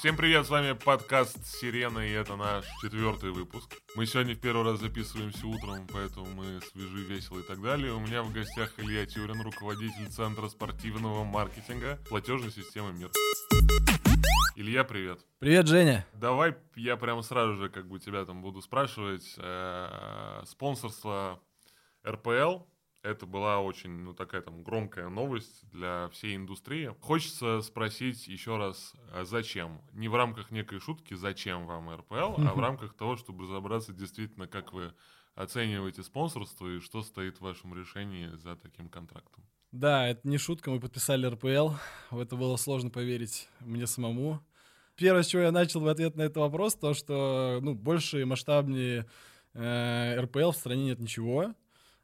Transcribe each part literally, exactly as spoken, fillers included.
Всем привет, с вами подкаст «Сирена», и это наш четвертый выпуск. Мы сегодня в первый раз записываемся утром, поэтому мы свежи, веселы и так далее. У меня в гостях Илья Тюрин, руководитель Центра спортивного маркетинга платежной системы «Мир». Илья, привет. Привет, Женя. Давай я прямо сразу же как бы тебя там буду спрашивать. Э-э- спонсорство эр пэ эл. Это была очень, ну, такая там громкая новость для всей индустрии. Хочется спросить еще раз, а зачем? Не в рамках некой шутки, зачем вам эр пэ эл, а в рамках того, чтобы разобраться действительно, как вы оцениваете спонсорство и что стоит в вашем решении за таким контрактом. Да, это не шутка, мы подписали эр пэ эл. В это было сложно поверить мне самому. Первое, с чего я начал в ответ на этот вопрос, то, что, ну, больше и масштабнее э, эр пэ эл в стране нет ничего.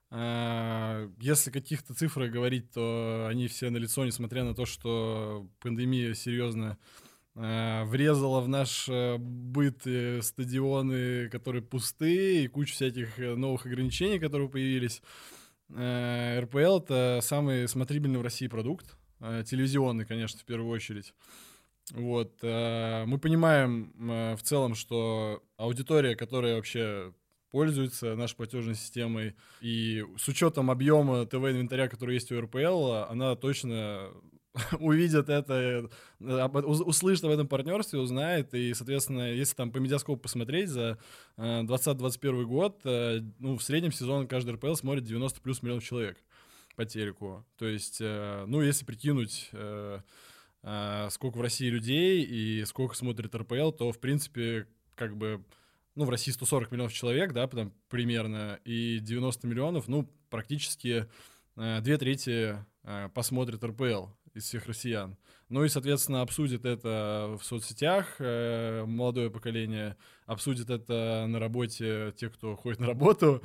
Если каких-то цифрах говорить, то они все налицо, несмотря на то, что пандемия серьезно э, врезала в наш э, быт, э, стадионы, которые пустые, и кучу всяких новых ограничений, которые появились. Э, эр пэ эл — это самый смотрибельный в России продукт, э, телевизионный, конечно, в первую очередь. Вот, э, мы понимаем э, в целом, что аудитория, которая вообще пользуется нашей платежной системой, и с учетом объема ТВ-инвентаря, который есть у эр пэ эл, она точно увидит это, услышит об этом партнерстве, узнает, и, соответственно, если там по медиаскопу посмотреть за двадцатый двадцать первый год, ну, в среднем сезон каждый эр пэ эл смотрит девяносто плюс миллионов человек по телеку. То есть, ну, если прикинуть, сколько в России людей и сколько смотрит эр пэ эл, то, в принципе, как бы, ну, в России сто сорок миллионов человек, да, там, примерно, и девяносто миллионов, ну, практически э, две трети э, посмотрят эр пэ эл из всех россиян. Ну и, соответственно, обсудит это в соцсетях э, молодое поколение, обсудит это на работе те, кто ходит на работу.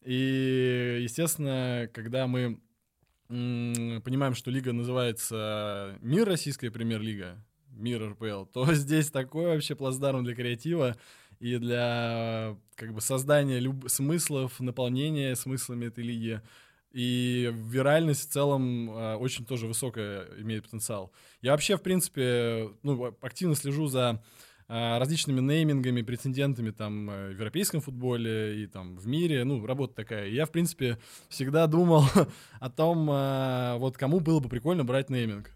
И, естественно, когда мы м- понимаем, что лига называется «Мир», российская премьер-лига, «Мир» эр пэ эл, то здесь такой вообще плацдарм для креатива и для как бы создания люб- смыслов, наполнения смыслами этой лиги. И виральность в целом э, очень тоже высокая имеет потенциал. Я вообще, в принципе, ну, активно слежу за э, различными неймингами, прецедентами там в европейском футболе и там в мире. Ну, работа такая. И я, в принципе, всегда думал о том, э, вот кому было бы прикольно брать нейминг.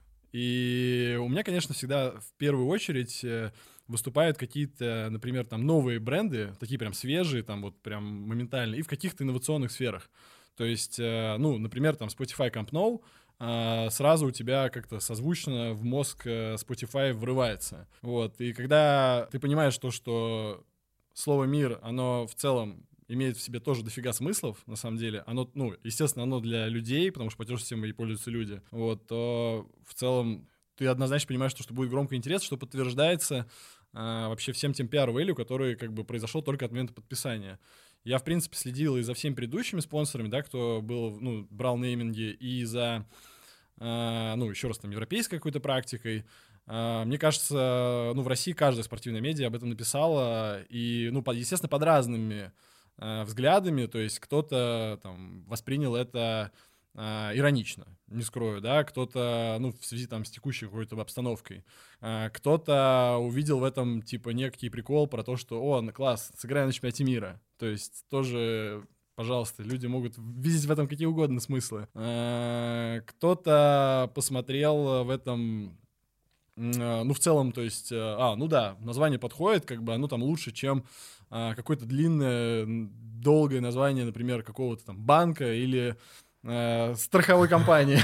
И у меня, конечно, всегда в первую очередь э, выступают какие-то, например, там новые бренды, такие прям свежие, там вот прям моментально, и в каких-то инновационных сферах. То есть, э, ну, например, там Spotify Camp Nou, э, сразу у тебя как-то созвучно в мозг э, Spotify врывается. Вот, и когда ты понимаешь то, что слово «мир», оно в целом имеет в себе тоже дофига смыслов, на самом деле. Оно, ну, естественно, оно для людей, потому что платежной системой пользуются люди. Вот, то в целом ты однозначно понимаешь, что, что будет громко интересно, что подтверждается а, вообще всем тем пиар-вэлью, который как бы произошел только от момента подписания. Я, в принципе, следил и за всеми предыдущими спонсорами, да, кто был, ну, брал нейминги, и за, а, ну, еще раз, там, европейской какой-то практикой. А, мне кажется, ну, в России каждая спортивная медиа об этом написала, и, ну, под, естественно, под разными взглядами, то есть кто-то там воспринял это э, иронично, не скрою, да, кто-то, ну, в связи там с текущей какой-то обстановкой, э, кто-то увидел в этом, типа, некий прикол про то, что, о, класс, сыграем на чемпионате мира, то есть тоже, пожалуйста, люди могут видеть в этом какие угодно смыслы. Э, кто-то посмотрел в этом... Ну, в целом, то есть, а, ну да, название подходит, как бы оно там лучше, чем а, какое-то длинное, долгое название, например, какого-то там банка или а, страховой компании.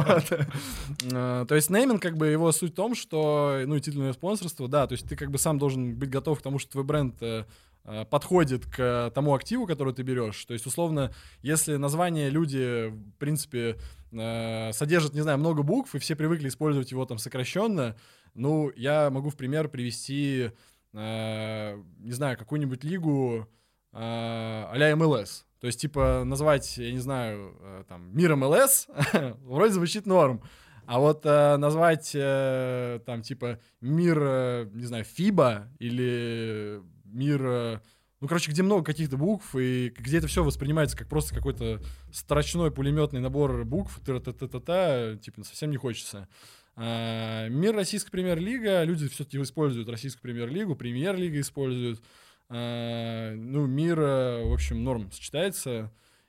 То есть нейминг, как бы его суть в том, что, ну, и титульное спонсорство, да, то есть ты как бы сам должен быть готов к тому, что твой бренд подходит к тому активу, который ты берешь. То есть, условно, если название люди, в принципе, содержат, не знаю, много букв, и все привыкли использовать его там сокращенно, ну, я могу в пример привести, не знаю, какую-нибудь лигу а-ля эм эл эс. То есть, типа, назвать, я не знаю, там, мир эм эл эс вроде звучит норм. А вот э, назвать э, там типа мир, э, не знаю, фиба или мир, э, ну, короче, где много каких-то букв, и где это все воспринимается как просто какой-то строчной пулеметный набор букв, та-та-та-та-та, типа, совсем не хочется. А, мир российской премьер-лига, люди все-таки используют российскую премьер-лигу, премьер-лига используют. А, ну, мир, в общем, норм сочетается.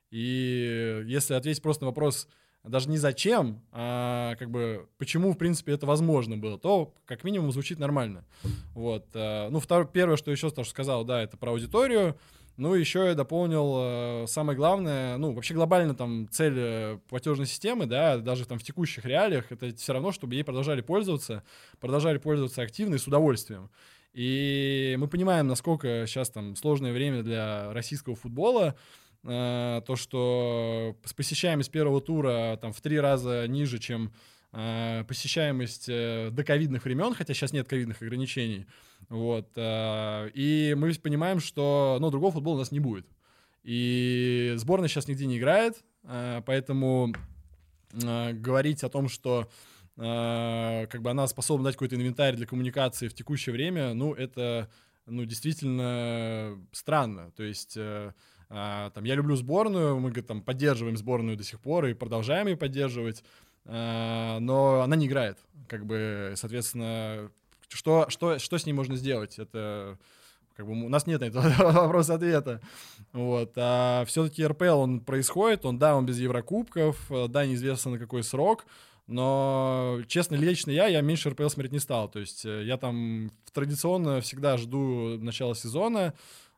И если ответить просто на вопрос, даже не зачем, а как бы почему, в принципе, это возможно было, то как минимум звучит нормально. Вот. Ну, второе, первое, что еще тоже сказал, да, это про аудиторию. Ну, еще я дополнил э, самое главное, ну, вообще глобально там цель э, платежной системы, да, даже там в текущих реалиях, это все равно, чтобы ей продолжали пользоваться, продолжали пользоваться активно и с удовольствием. И мы понимаем, насколько сейчас там сложное время для российского футбола, э, то, что посещаемость первого тура там в три раза ниже, чем э, посещаемость э, до ковидных времен, хотя сейчас нет ковидных ограничений. Вот, э, и мы понимаем, что, ну, другого футбола у нас не будет. И сборная сейчас нигде не играет, э, поэтому э, говорить о том, что э, как бы она способна дать какой-то инвентарь для коммуникации в текущее время, ну, это, ну, действительно странно. То есть э, э, там, я люблю сборную, мы там поддерживаем сборную до сих пор и продолжаем ее поддерживать, э, но она не играет. Как бы, соответственно, Что, что, что с ней можно сделать? Это как бы у нас нет на этого вопроса-ответа. Вот. А все-таки эр пэ эл, он происходит, он, да, он без Еврокубков, да, неизвестно на какой срок, но, честно, лично я, я меньше эр пэ эл смотреть не стал. То есть я там традиционно всегда жду начала сезона,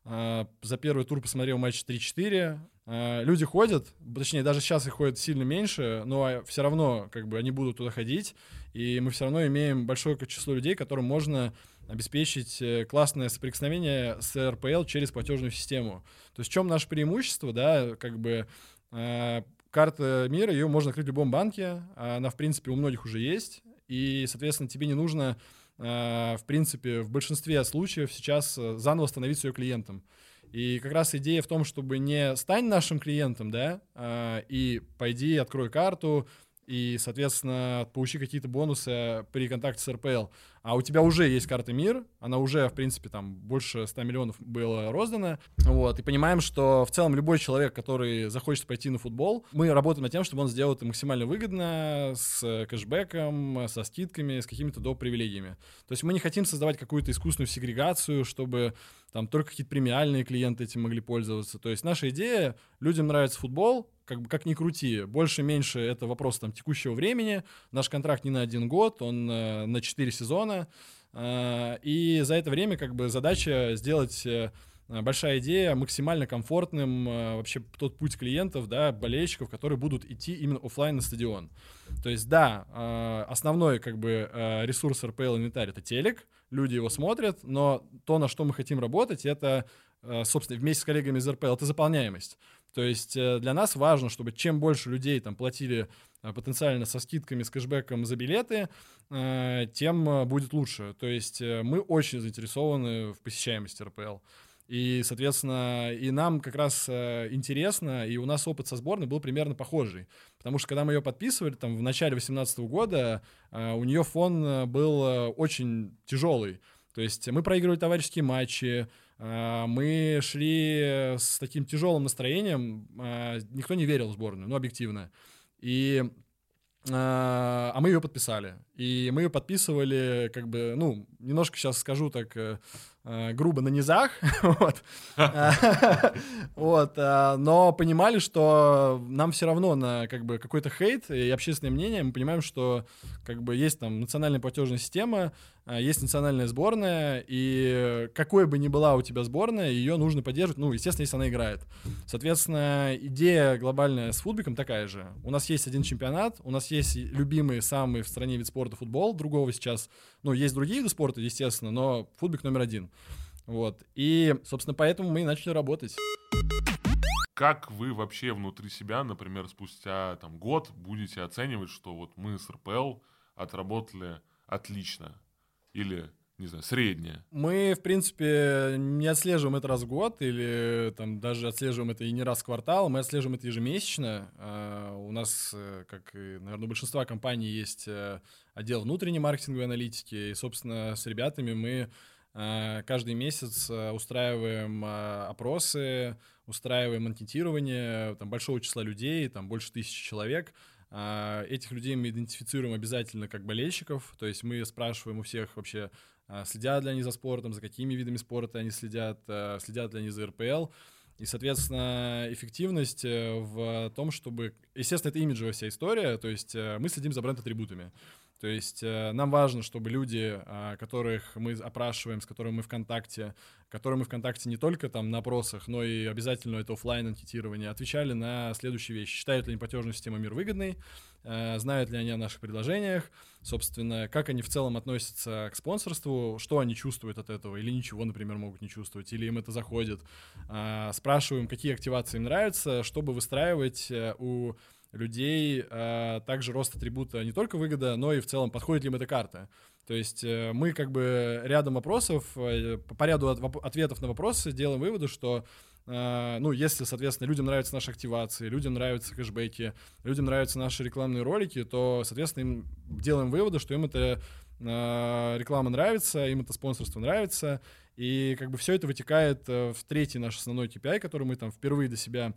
за первый тур посмотрел матч три-четыре. Люди ходят, точнее, даже сейчас их ходит сильно меньше, но все равно как бы они будут туда ходить, и мы все равно имеем большое число людей, которым можно обеспечить классное соприкосновение с эр пэ эл через платежную систему. То есть в чем наше преимущество, да, как бы э, карта мира, ее можно открыть в любом банке, она, в принципе, у многих уже есть, и, соответственно, тебе не нужно в принципе, в большинстве случаев сейчас заново становиться ее клиентом. И как раз идея в том, чтобы не стань нашим клиентом, да, и пойди, открой карту, и, соответственно, получи какие-то бонусы при контакте с эр пэ эл. А у тебя уже есть карта МИР, она уже, в принципе, там больше ста миллионов было роздано. Вот, и понимаем, что в целом любой человек, который захочет пойти на футбол, мы работаем над тем, чтобы он сделал это максимально выгодно, с кэшбэком, со скидками, с какими-то доп. Привилегиями. То есть мы не хотим создавать какую-то искусственную сегрегацию, чтобы там только какие-то премиальные клиенты этим могли пользоваться. То есть наша идея, людям нравится футбол, как бы как ни крути, больше-меньше это вопрос там текущего времени. Наш контракт не на один год, он э, на четыре сезона. Э, и за это время как бы задача сделать э, большая идея максимально комфортным э, вообще тот путь клиентов, да, болельщиков, которые будут идти именно офлайн на стадион. То есть да, э, основной как бы э, ресурс эр пэ эл инвентарь — это телек, люди его смотрят, но то, на что мы хотим работать, это, э, собственно, вместе с коллегами из эр пэ эл, это заполняемость. То есть для нас важно, чтобы чем больше людей там платили потенциально со скидками, с кэшбэком за билеты, тем будет лучше. То есть мы очень заинтересованы в посещаемости эр пэ эл. И, соответственно, и нам как раз интересно, и у нас опыт со сборной был примерно похожий. Потому что когда мы ее подписывали, там, в начале две тысячи восемнадцатого года, у нее фон был очень тяжелый. То есть мы проигрывали товарищеские матчи, мы шли с таким тяжелым настроением, никто не верил в сборную, ну, объективно. И, а мы ее подписали. И мы ее подписывали, как бы, ну, немножко сейчас скажу так грубо, на низах, вот. Вот, но понимали, что нам все равно на как бы какой-то хейт и общественное мнение, мы понимаем, что как бы есть там национальная платежная система, есть национальная сборная, и какой бы ни была у тебя сборная, ее нужно поддерживать, ну, естественно, если она играет. Соответственно, идея глобальная с футбиком такая же. У нас есть один чемпионат, у нас есть любимый самый в стране вид спорта футбол, другого сейчас, ну, есть другие виды спорта, естественно, но футбик номер один. Вот. И, собственно, поэтому мы и начали работать. Как вы вообще внутри себя, например, спустя там, год будете оценивать, что вот мы с эр пэ эл отработали отлично или, не знаю, среднее? Мы, в принципе, не отслеживаем это раз в год или там, даже отслеживаем это и не раз в квартал, мы отслеживаем это ежемесячно. Uh, у нас, как и, наверное, у большинства компаний, есть uh, отдел внутренней маркетинговой аналитики, и, собственно, с ребятами мы каждый месяц устраиваем опросы, устраиваем анкетирование там, большого числа людей, там больше тысячи человек, А, этих людей мы идентифицируем обязательно как болельщиков, то есть мы спрашиваем у всех вообще, а, следят ли они за спортом, за какими видами спорта они следят, а, следят ли они за эр пэ эл. И, соответственно, эффективность в том, чтобы... Естественно, это имиджевая вся история, то есть мы следим за бренд-атрибутами. То есть э, нам важно, чтобы люди, э, которых мы опрашиваем, с которыми мы в контакте, которые мы в контакте не только там на опросах, но и обязательно это офлайн анкетирование, отвечали на следующие вещи. Считают ли они платежную систему МИР выгодной, э, знают ли они о наших предложениях, собственно, как они в целом относятся к спонсорству, что они чувствуют от этого, или ничего, например, могут не чувствовать, или им это заходит. Э, спрашиваем, какие активации им нравятся, чтобы выстраивать э, у людей э, также рост атрибута не только выгода, но и в целом подходит ли им эта карта. То есть э, мы как бы рядом опросов, э, по ряду от, ответов на вопросы делаем выводы, что э, ну, если, соответственно, людям нравятся наши активации, людям нравятся кэшбэки, людям нравятся наши рекламные ролики, то, соответственно, им делаем выводы, что им эта э, реклама нравится, им это спонсорство нравится. И как бы все это вытекает в третий наш основной кей пи ай, который мы там впервые для себя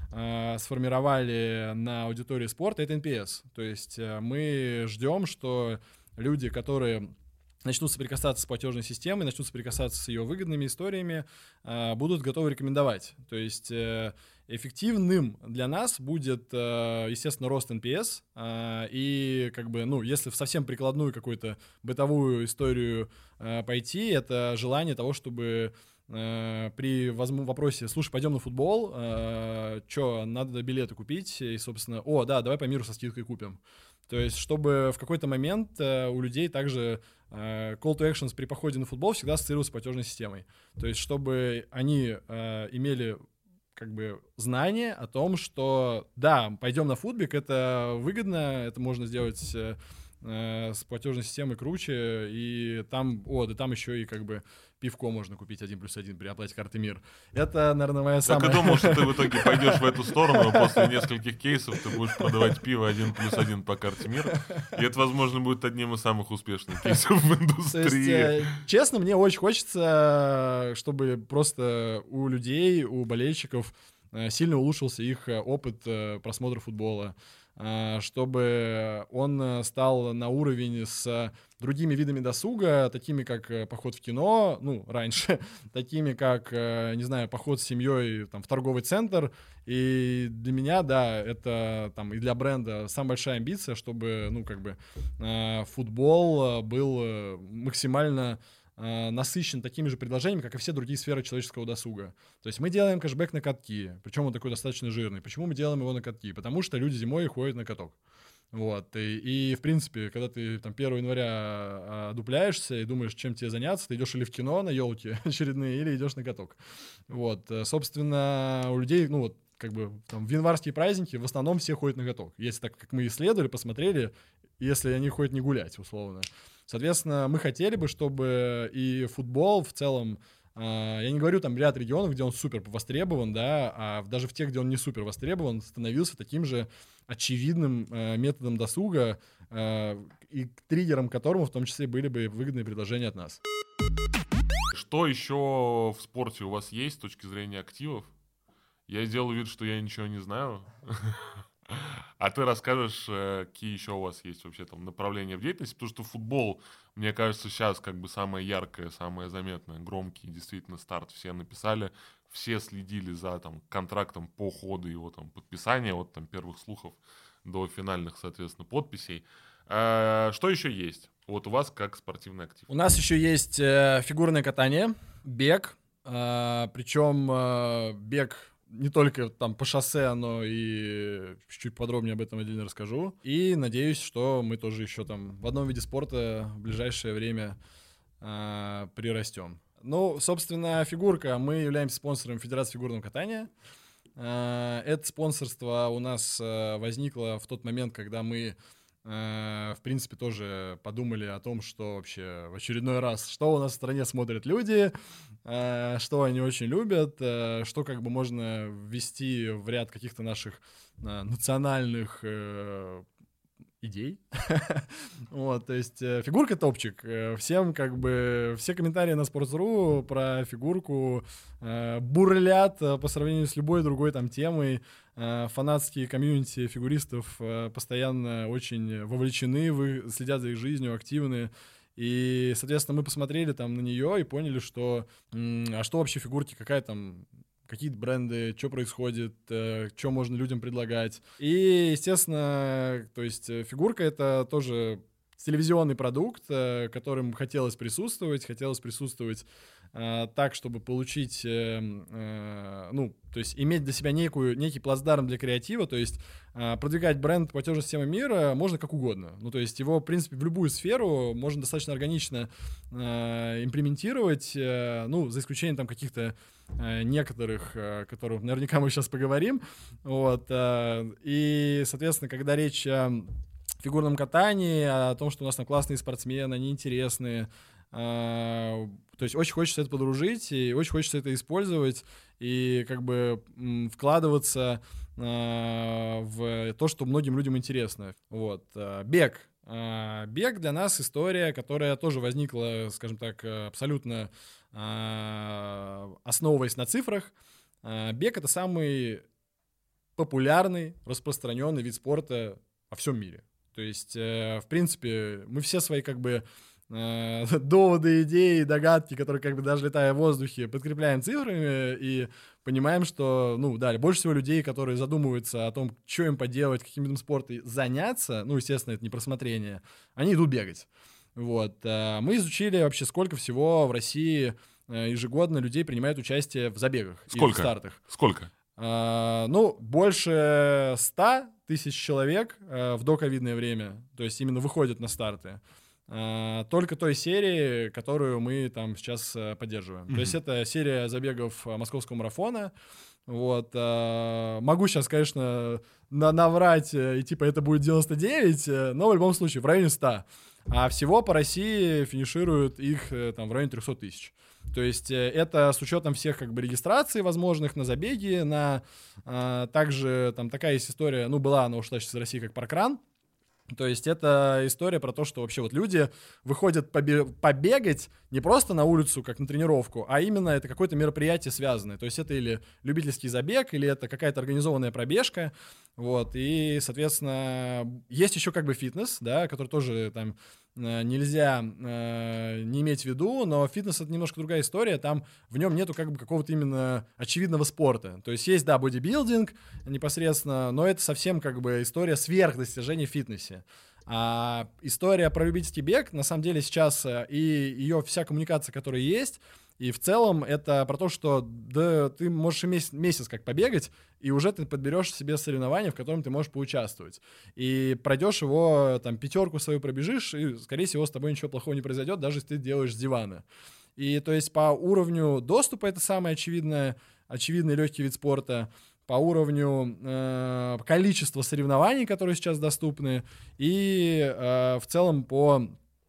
э, сформировали на аудитории спорта, это эн пи эс. То есть э, мы ждем, что люди, которые начнут соприкасаться с платежной системой, начнут соприкасаться с ее выгодными историями, э, будут готовы рекомендовать. То есть э, эффективным для нас будет, э, естественно, рост эн пи эс. Э, и как бы, ну, если в совсем прикладную какую-то бытовую историю э, пойти, это желание того, чтобы э, при возьму, вопросе «Слушай, пойдем на футбол, э, что, надо билеты купить?» И, собственно, «О, да, давай по миру со скидкой купим». То есть, чтобы в какой-то момент э, у людей также э, call to actions при походе на футбол всегда ассоциировался с платежной системой. То есть, чтобы они э, имели как бы знание о том, что да, пойдем на футбик, это выгодно, это можно сделать э, э, с платежной системой круче, и там, о, да там еще и как бы пивко можно купить один плюс один при оплате карты МИР. Это, наверное, моя самая... Так и думал, что ты в итоге пойдешь в эту сторону, а после нескольких кейсов ты будешь продавать пиво один плюс один по карте МИР. И это, возможно, будет одним из самых успешных кейсов в индустрии. То есть, э, честно, мне очень хочется, чтобы просто у людей, у болельщиков э, сильно улучшился их э, опыт э, просмотра футбола, э, чтобы он э, стал на уровень с другими видами досуга, такими как э, поход в кино, ну, раньше, такими как, э, не знаю, поход с семьей там, в торговый центр. И для меня, да, это там и для бренда самая большая амбиция, чтобы, ну, как бы э, футбол был э, максимально э, насыщен такими же предложениями, как и все другие сферы человеческого досуга. То есть мы делаем кэшбэк на катки, причем он такой достаточно жирный. Почему мы делаем его на катки? Потому что люди зимой ходят на каток. Вот, и, и, в принципе, когда ты там первого января а, дупляешься и думаешь, чем тебе заняться, ты идешь или в кино на елки очередные, или идешь на каток. Вот, собственно, у людей, ну вот, как бы там в январские праздники в основном все ходят на каток. Если так, как мы исследовали, посмотрели, если они ходят не гулять, условно. Соответственно, мы хотели бы, чтобы и футбол в целом, я не говорю там ряд регионов, где он супер востребован, да, а даже в тех, где он не супер востребован, становился таким же очевидным э, методом досуга, э, и триггером которому в том числе были бы выгодные предложения от нас. Что еще в спорте у вас есть с точки зрения активов? Я сделаю вид, что я ничего не знаю. А ты расскажешь, какие еще у вас есть вообще там направления в деятельности, потому что футбол, мне кажется, сейчас как бы самое яркое, самое заметное, громкий действительно старт все написали, все следили за там контрактом по ходу его там подписания, от там первых слухов до финальных, соответственно, подписей. А, что еще есть? Вот у вас как спортивный актив. У нас еще есть э, фигурное катание, бег, э, причем э, бег не только там по шоссе, но и чуть подробнее об этом отдельно расскажу. И надеюсь, что мы тоже еще там в одном виде спорта в ближайшее время э, прирастем. Ну, собственно, фигурка. Мы являемся спонсором Федерации фигурного катания. Э, это спонсорство у нас э, возникло в тот момент, когда мы в принципе, тоже подумали о том, что вообще в очередной раз, что у нас в стране смотрят люди, что они очень любят, что как бы можно ввести в ряд каких-то наших национальных идей, злодей. Вот, то есть э, фигурка топчик. Э, всем как бы, все комментарии на Sports.ru про фигурку э, бурлят э, по сравнению с любой другой там темой. Э, фанатские комьюнити фигуристов э, постоянно очень вовлечены, вы, следят за их жизнью, активны. И, соответственно, мы посмотрели там на нее и поняли, что м- а что вообще фигурки, какая там, какие бренды, что происходит, э, что можно людям предлагать. И, естественно, то есть фигурка — это тоже телевизионный продукт, э, которым хотелось присутствовать, хотелось присутствовать э, так, чтобы получить, э, э, ну, то есть иметь для себя некую, некий плацдарм для креатива, то есть э, продвигать бренд платежной системы мира можно как угодно. Ну, то есть его, в принципе, в любую сферу можно достаточно органично э, имплементировать, э, ну, за исключением там каких-то э, некоторых, о э, которых наверняка мы сейчас поговорим. Вот, э, и, соответственно, когда речь о фигурном катании, о том, что у нас там классные спортсмены, они интересные. А, то есть очень хочется это подружить, и очень хочется это использовать, и как бы м, вкладываться а, в то, что многим людям интересно. Вот. А, бег. А, бег для нас история, которая тоже возникла, скажем так, абсолютно а, основываясь на цифрах. А, бег — это самый популярный, распространенный вид спорта во всем мире. То есть, э, в принципе, мы все свои как бы э, доводы, идеи, догадки, которые как бы даже летая в воздухе, подкрепляем цифрами и понимаем, что, ну да, больше всего людей, которые задумываются о том, что им поделать, каким видом спорта заняться, ну, естественно, это не просмотрение, они идут бегать. Вот. Э, мы изучили вообще, сколько всего в России э, ежегодно людей принимают участие в забегах Сколько? И в стартах. Сколько? Uh, ну, больше ста тысяч человек uh, в доковидное время, то есть именно выходят на старты. Uh, только той серии, которую мы там сейчас uh, поддерживаем. Mm-hmm. То есть это серия забегов uh, московского марафона. Вот. Uh, могу сейчас, конечно, на- наврать, uh, и типа это будет девяносто девять, uh, но в любом случае в районе ста. А всего по России финишируют их uh, там в районе триста тысяч. То есть это с учетом всех как бы регистраций возможных на забеги, на а, также там такая есть история, ну была она ушла сейчас из России как паркран. То есть это история про то, что вообще вот люди выходят побе- побегать не просто на улицу, как на тренировку, а именно это какое-то мероприятие связанное. То есть это или любительский забег, или это какая-то организованная пробежка. Вот. И, соответственно, есть еще как бы фитнес, да, который тоже там нельзя э, не иметь в виду, но фитнес — это немножко другая история, там в нем нету как бы какого-то именно очевидного спорта. То есть есть, да, бодибилдинг непосредственно, но это совсем как бы история сверхдостижений в фитнесе. А история про любительский бег, на самом деле сейчас и ее вся коммуникация, которая есть, и в целом это про то, что да, ты можешь и месяц, месяц как побегать, и уже ты подберешь себе соревнования, в котором ты можешь поучаствовать. И пройдешь его, там, пятерку свою пробежишь, и, скорее всего, с тобой ничего плохого не произойдет, даже если ты делаешь с дивана. И то есть по уровню доступа это самый очевидный, очевидный легкий вид спорта, по уровню э, количества соревнований, которые сейчас доступны, и э, в целом по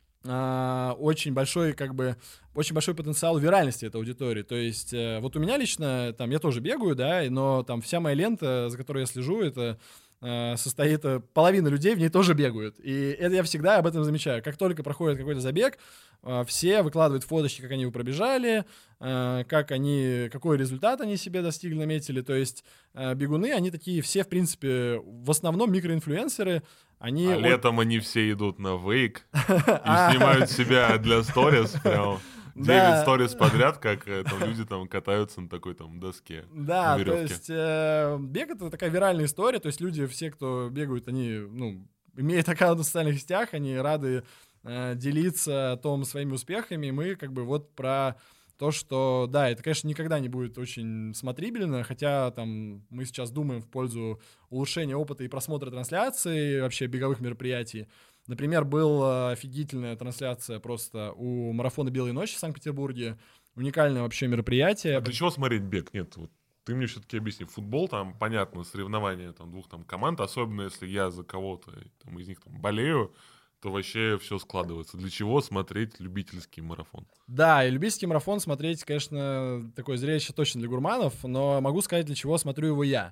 э, очень большой, как бы, очень большой потенциал виральности этой аудитории. То есть э, вот у меня лично, там, я тоже бегаю, да, но там вся моя лента, за которой я слежу, это э, состоит, половина людей в ней тоже бегают. И это я всегда об этом замечаю. Как только проходит какой-то забег, э, все выкладывают фоточки, как они его пробежали, э, как они, какой результат они себе достигли, наметили. То есть э, бегуны, они такие все, в принципе, в основном микроинфлюенсеры. Они а от... летом они все идут на вейк и снимают себя для сторис прям. девять сторис подряд, как там люди там катаются на такой там доске. Да, то есть э, бег — это такая виральная история, то есть люди, все, кто бегают, они, ну, имеют аккаунты в социальных сетях, они рады э, делиться о том своими успехами, и мы как бы вот про то, что, да, это, конечно, никогда не будет очень смотрибельно, хотя там мы сейчас думаем в пользу улучшения опыта и просмотра трансляций вообще беговых мероприятий. Например, была офигительная трансляция просто у марафона «Белой ночи» в Санкт-Петербурге. Уникальное вообще мероприятие. А для чего смотреть бег? Нет, вот ты мне все-таки объясни. Футбол, там, понятно, соревнования там, двух там, команд, особенно если я за кого-то там, из них там, болею, то вообще все складывается. Для чего смотреть любительский марафон? Да, и любительский марафон смотреть, конечно, такое зрелище точно для гурманов, но могу сказать, для чего смотрю его я.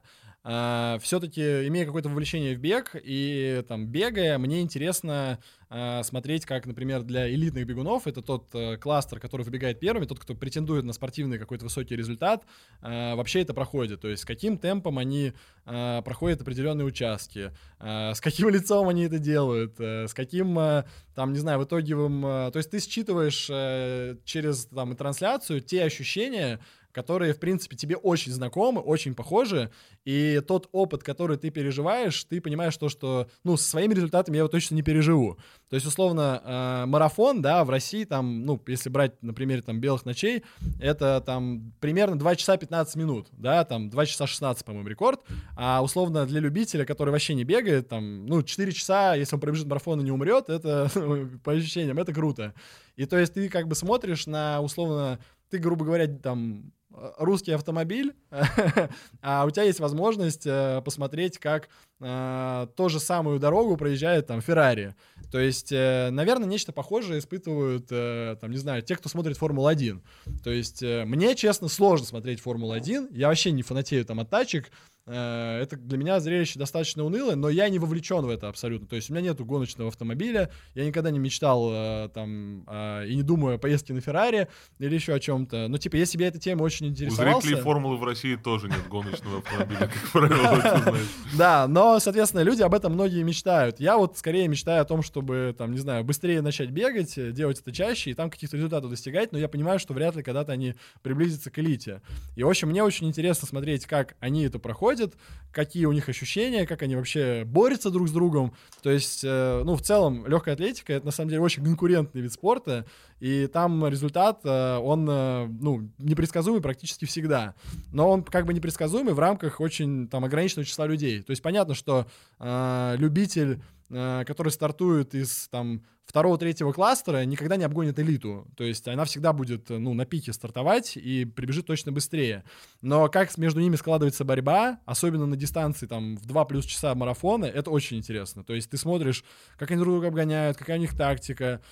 э, все-таки, имея какое-то вовлечение в бег и там бегая, мне интересно э, смотреть, как, например, для элитных бегунов, это тот э, кластер, который выбегает первыми, тот, кто претендует на спортивный какой-то высокий результат, э, вообще это проходит. То есть с каким темпом они э, проходят определенные участки, э, с каким лицом они это делают, э, с каким, э, там, не знаю, в итоговым... Э, то есть ты считываешь э, через там, трансляцию те ощущения, которые, в принципе, тебе очень знакомы, очень похожи, и тот опыт, который ты переживаешь, ты понимаешь то, что, ну, со своими результатами я его точно не переживу. То есть, условно, э, марафон, да, в России, там, ну, если брать на примере, там, белых ночей, это, там, примерно два часа пятнадцать минут, да, там, два часа шестнадцать, по-моему, рекорд, а, условно, для любителя, который вообще не бегает, там, ну, четыре часа, если он пробежит марафон и не умрет, это, по ощущениям, это круто. И, то есть, ты, как бы, смотришь на, условно, ты, грубо говоря, там, русский автомобиль, а у тебя есть возможность э, посмотреть, как э, ту же самую дорогу проезжает там Феррари. То есть, э, наверное, нечто похожее испытывают, э, там, не знаю, те, кто смотрит Формулу один. То есть, э, мне, честно, сложно смотреть Формулу один. Я вообще не фанатею там от тачек. Это для меня зрелище достаточно унылое, но я не вовлечен в это абсолютно. То есть у меня нету гоночного автомобиля, я никогда не мечтал там и не думаю о поездке на Феррари или еще о чем-то. Но типа, если бы я этой темой очень интересовался... У зрителей Формулы в России тоже нет гоночного автомобиля, как правило, ты знаешь. Да, но, соответственно, люди об этом многие мечтают. Я вот скорее мечтаю о том, чтобы, там, не знаю, быстрее начать бегать, делать это чаще и там каких-то результатов достигать, но я понимаю, что вряд ли когда-то они приблизятся к элите. И, в общем, мне очень интересно смотреть, как они это проходят, какие у них ощущения, как они вообще борются друг с другом. То есть, э, ну, в целом, легкая атлетика — это, на самом деле, очень конкурентный вид спорта, и там результат, э, он, э, ну, непредсказуемый практически всегда. Но он как бы непредсказуемый в рамках очень, там, ограниченного числа людей. То есть, понятно, что э, любитель, э, который стартует из, там, второго-третьего кластера, никогда не обгонит элиту. То есть она всегда будет, ну, на пике стартовать и прибежит точно быстрее. Но как между ними складывается борьба, особенно на дистанции там в два плюс часа марафона, это очень интересно. То есть ты смотришь, как они друг друга обгоняют, какая у них тактика,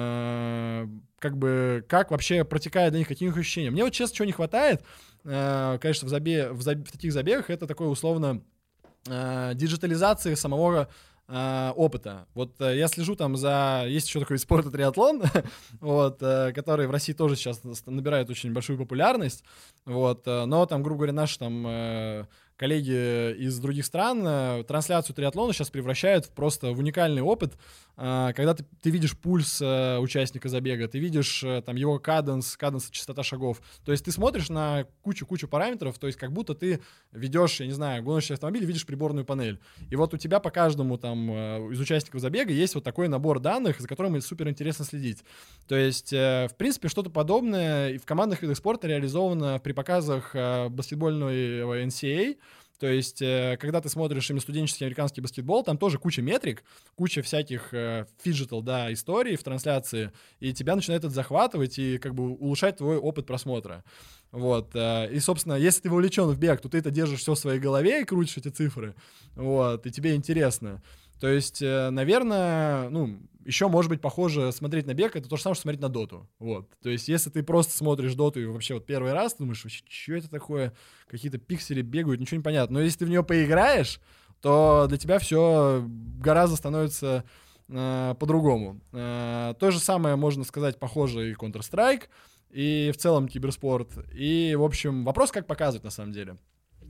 э, как бы, как вообще протекает для них, какие у них ощущения. Мне вот честно чего не хватает, э, конечно, в, забе, в, заб, в таких забегах, это такое условно э, диджитализация самого опыта. Вот э, я слежу там за... Есть еще такой вид спорта триатлон, вот, э, который в России тоже сейчас набирает очень большую популярность. Вот, э, но там, грубо говоря, наши там э, коллеги из других стран э, трансляцию триатлона сейчас превращают в просто в уникальный опыт, э, когда ты, ты видишь пульс э, участника забега, ты видишь э, там его каденс, каденс, частота шагов. То есть ты смотришь на кучу-кучу параметров, то есть как будто ты ведешь, я не знаю, гоночный автомобиль, видишь приборную панель. И вот у тебя по каждому там из участников забега есть вот такой набор данных, за которым супер интересно следить. То есть, в принципе, что-то подобное и в командных видах спорта реализовано при показах баскетбольного эн си эй эй. То есть, когда ты смотришь именно студенческий американский баскетбол, там тоже куча метрик, куча всяких фиджитал, да, историй в трансляции, и тебя начинает это захватывать и как бы улучшать твой опыт просмотра. Вот, и, собственно, если ты вовлечен в бег, то ты это держишь все в своей голове и крутишь эти цифры, вот, и тебе интересно. То есть, наверное, ну, еще может быть похоже смотреть на бег, это то же самое, что смотреть на доту, вот. То есть, если ты просто смотришь доту и вообще вот первый раз, думаешь, что это такое, какие-то пиксели бегают, ничего не понятно. Но если ты в нее поиграешь, то для тебя все гораздо становится э, по-другому. Э, то же самое можно сказать похоже и Counter-Strike, и в целом киберспорт. И, в общем, вопрос, как показывать на самом деле.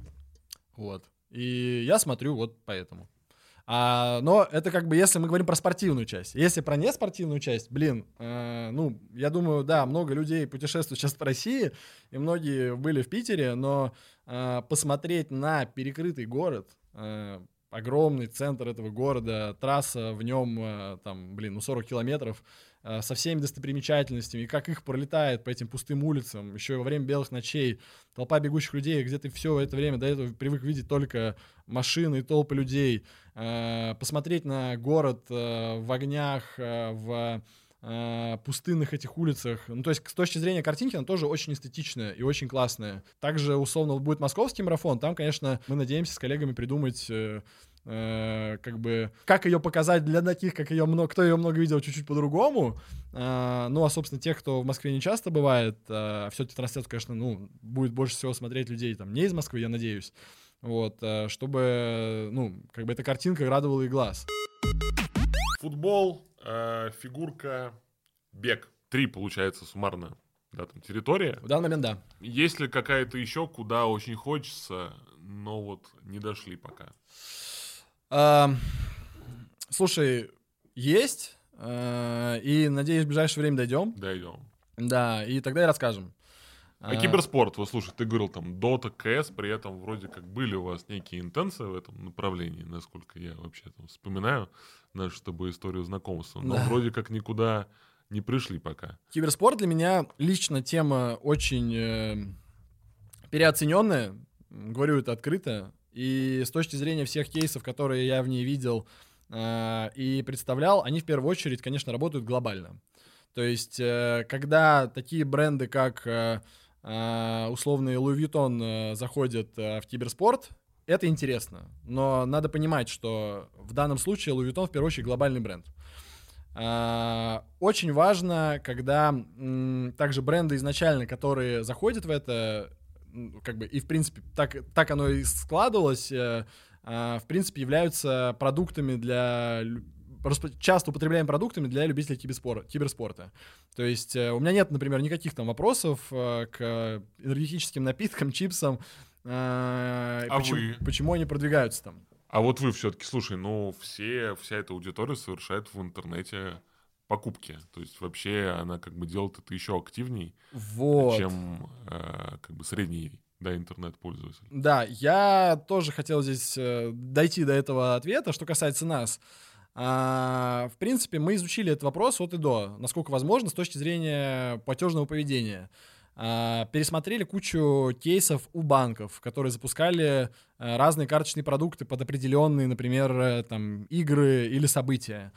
Вот. И я смотрю вот поэтому. А, но это как бы, если мы говорим про спортивную часть. Если про неспортивную часть, блин, э, ну, я думаю, да, много людей путешествуют сейчас по России, и многие были в Питере, но э, посмотреть на перекрытый город, э, огромный центр этого города, трасса в нем, э, там, блин, ну, сорок километров, э, со всеми достопримечательностями, и как их пролетает по этим пустым улицам, еще и во время белых ночей, толпа бегущих людей, где ты все это время до этого привык видеть только машины и толпы людей, э, посмотреть на город э, в огнях, э, в э, пустынных этих улицах. Ну, то есть, с точки зрения картинки, она тоже очень эстетичная и очень классная. Также, условно, будет московский марафон. Там, конечно, мы надеемся с коллегами придумать... Э, э, как бы, как ее показать для таких, как ее много, кто ее много видел, чуть-чуть по-другому. Э, ну, а, собственно, тех, кто в Москве не часто бывает, э, все-таки трансляцию, конечно, ну, будет больше всего смотреть людей там не из Москвы, я надеюсь. вот, э, чтобы, ну, как бы эта картинка радовала и глаз. Футбол, э, фигурка, бег. Три, получается, суммарно, да, там, территория. В данный момент, да. Есть ли какая-то еще, куда очень хочется, но вот не дошли пока? А, слушай, есть, э, и, надеюсь, в ближайшее время дойдем. Дойдем. Да, и тогда и расскажем. А киберспорт, вот слушай, ты говорил там Dota, КС, при этом вроде как были у вас некие интенсы в этом направлении, насколько я вообще там вспоминаю нашу с тобой историю знакомства, но Да. вроде как никуда не пришли пока. Киберспорт для меня лично тема очень э, переоцененная, говорю это открыто, и с точки зрения всех кейсов, которые я в ней видел э, и представлял, они в первую очередь, конечно, работают глобально. То есть, э, когда такие бренды, как э, э, условный Louis Vuitton э, заходят э, в киберспорт, это интересно. Но надо понимать, что в данном случае Louis Vuitton в первую очередь глобальный бренд. Uh, очень важно, когда м, также бренды изначально, которые заходят в это, м, как бы и в принципе так, так оно и складывалось, uh, uh, в принципе являются продуктами для часто употребляемыми продуктами для любителей киберспорта. киберспорта. То есть uh, у меня нет, например, никаких там вопросов uh, к энергетическим напиткам, чипсам, uh, а почему, вы? почему они продвигаются там. А вот вы все-таки, слушай, ну все, вся эта аудитория совершает в интернете покупки. То есть вообще она как бы делает это еще активней, вот. чем э, как бы средний, да, интернет-пользователь. Да, я тоже хотел здесь э, дойти до этого ответа, что касается нас. А, в принципе, мы изучили этот вопрос от и до, насколько возможно, с точки зрения платежного поведения. Пересмотрели кучу кейсов у банков, которые запускали разные карточные продукты под определенные, например, там, игры или события.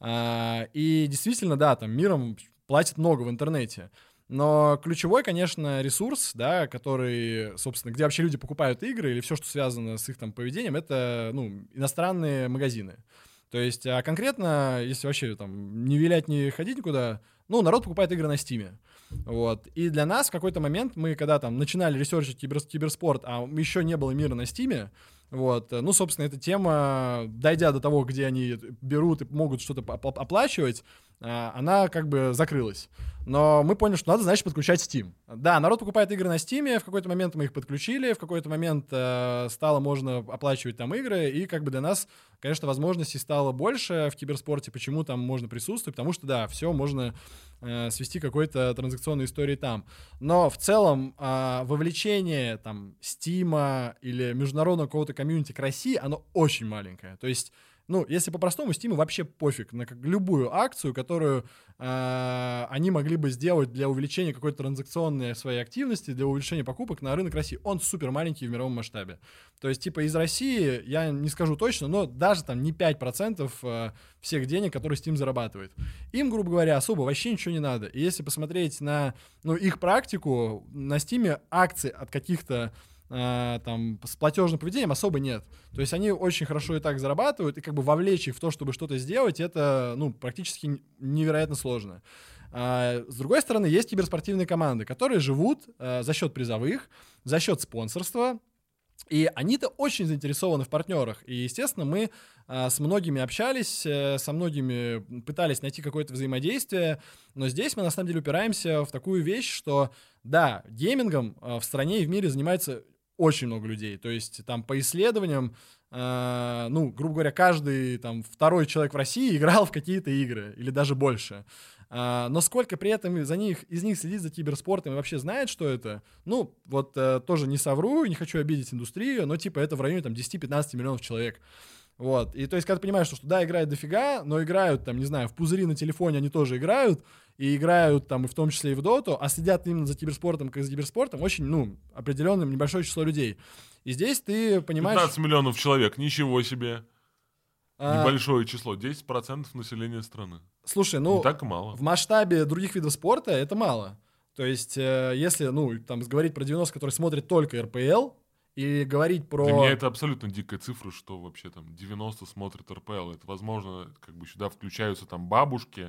И действительно, да, там миром платят много в интернете. Но ключевой, конечно, ресурс, да, который, собственно, где вообще люди покупают игры или все, что связано с их там поведением, это, ну, иностранные магазины. То есть, а конкретно, если вообще там не вилять, не ходить никуда, ну, народ покупает игры на Стиме. Вот. И для нас в какой-то момент мы, когда там начинали ресерчить кибер, киберспорт, а еще не было мира на Стиме, вот, ну, собственно, эта тема, дойдя до того, где они берут и могут что-то оплачивать, она как бы закрылась. Но мы поняли, что надо, значит, подключать Steam. Да, народ покупает игры на Steam, в какой-то момент мы их подключили, в какой-то момент э, стало можно оплачивать там игры, и как бы для нас, конечно, возможностей стало больше в киберспорте, почему там можно присутствовать, потому что, да, все можно э, свести к какой-то транзакционной истории там. Но в целом э, вовлечение там Steam или международного какого-то комьюнити к России, оно очень маленькое. То есть, ну, если по-простому, Steam вообще пофиг на как, любую акцию, которую э, они могли бы сделать для увеличения какой-то транзакционной своей активности, для увеличения покупок на рынок России. Он супер маленький в мировом масштабе. То есть, типа, из России, я не скажу точно, но даже там не пять процентов э, всех денег, которые Steam зарабатывает. Им, грубо говоря, особо вообще ничего не надо. И если посмотреть на, ну, их практику, на Steam акций от каких-то там с платежным поведением особо нет. То есть они очень хорошо и так зарабатывают, и как бы вовлечь их в то, чтобы что-то сделать, это, ну, практически невероятно сложно. А, с другой стороны, есть киберспортивные команды, которые живут а, за счет призовых, за счет спонсорства, и они-то очень заинтересованы в партнерах. И, естественно, мы а, с многими общались, а, со многими пытались найти какое-то взаимодействие, но здесь мы, на самом деле, упираемся в такую вещь, что, да, геймингом а, в стране и в мире занимается очень много людей. То есть там по исследованиям, э, ну, грубо говоря, каждый там второй человек в России играл в какие-то игры, или даже больше. Э, но сколько при этом за них, из них следит за киберспортом и вообще знает, что это, ну, вот э, тоже не совру, не хочу обидеть индустрию, но типа это в районе там десять-пятнадцать миллионов человек. Вот, и то есть, когда ты понимаешь, что, что да, играют дофига, но играют там, не знаю, в пузыри на телефоне они тоже играют, и играют там и в том числе и в доту, а следят именно за киберспортом, как за киберспортом, очень, ну, определенным небольшое число людей. И здесь ты понимаешь... пятнадцать миллионов человек, ничего себе. А... Небольшое число, десять процентов населения страны. Слушай, ну, не так и мало. В масштабе других видов спорта это мало. То есть, э, если, ну, там, говорить про девяностых, которые смотрят только эр пэ эл, и говорить про... Для меня это абсолютно дикая цифра, что вообще там девяносто смотрят эр пэ эл. Это, возможно, как бы сюда включаются там бабушки,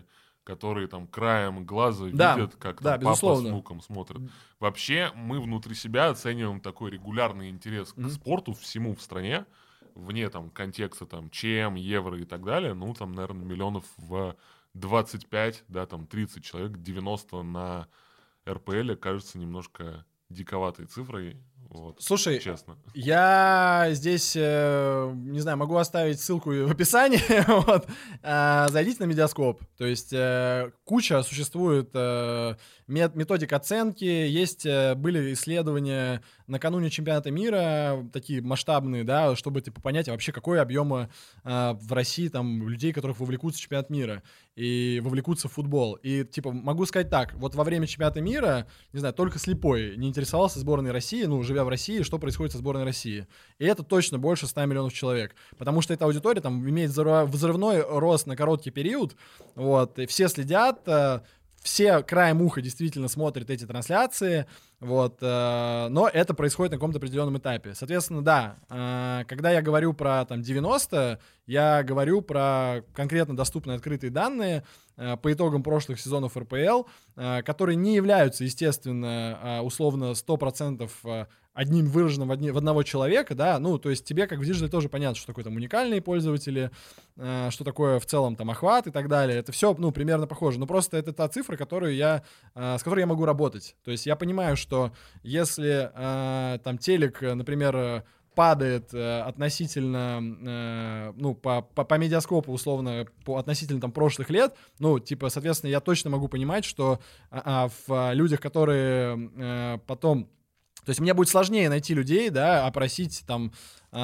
которые там краем глаза Да, видят, как да, там папа с безусловно. внуком смотрит. Вообще мы внутри себя оцениваем такой регулярный интерес Мгм. к спорту всему в стране, вне там контекста там ЧМ, Евро и так далее, ну там, наверное, миллионов в двадцать пять, да, там тридцать человек, девяносто на эр пэ эле кажется немножко диковатой цифрой, вот, Слушай, честно. я здесь, э, не знаю, могу оставить ссылку в описании. Вот. А, зайдите на Медиаскоп. То есть э, куча существует э, мет- методик оценки. Есть, э, были исследования накануне чемпионата мира, такие масштабные, да, чтобы типа понять а вообще, какой объем э, в России там людей, которых вовлекутся в чемпионат мира и вовлекутся в футбол. И типа могу сказать так, вот во время чемпионата мира, не знаю, только слепой не интересовался сборной России, ну, живя в России, что происходит со сборной России. И это точно больше ста миллионов человек. Потому что эта аудитория там имеет взрыв- взрывной рост на короткий период. Вот, и все следят, э, все краем уха действительно смотрят эти трансляции, вот, э, но это происходит на каком-то определенном этапе. Соответственно, да, э, когда я говорю про там девяносто, я говорю про конкретно доступные открытые данные э, по итогам прошлых сезонов эр пэ эл, э, которые не являются, естественно, э, условно сто процентов э, одним выраженным в, одни, в одного человека, да, ну, то есть тебе, как в диджитале, тоже понятно, что такое там уникальные пользователи, э, что такое в целом там охват и так далее, это все, ну, примерно похоже, но просто это та цифра, которую я, э, с которой я могу работать, то есть я понимаю, что если э, там телек, например, э, падает э, относительно, э, ну, по, по, по медиаскопу, условно, по относительно там прошлых лет, ну, типа, соответственно, я точно могу понимать, что а, а, в людях, которые э, потом... То есть мне будет сложнее найти людей, да, опросить там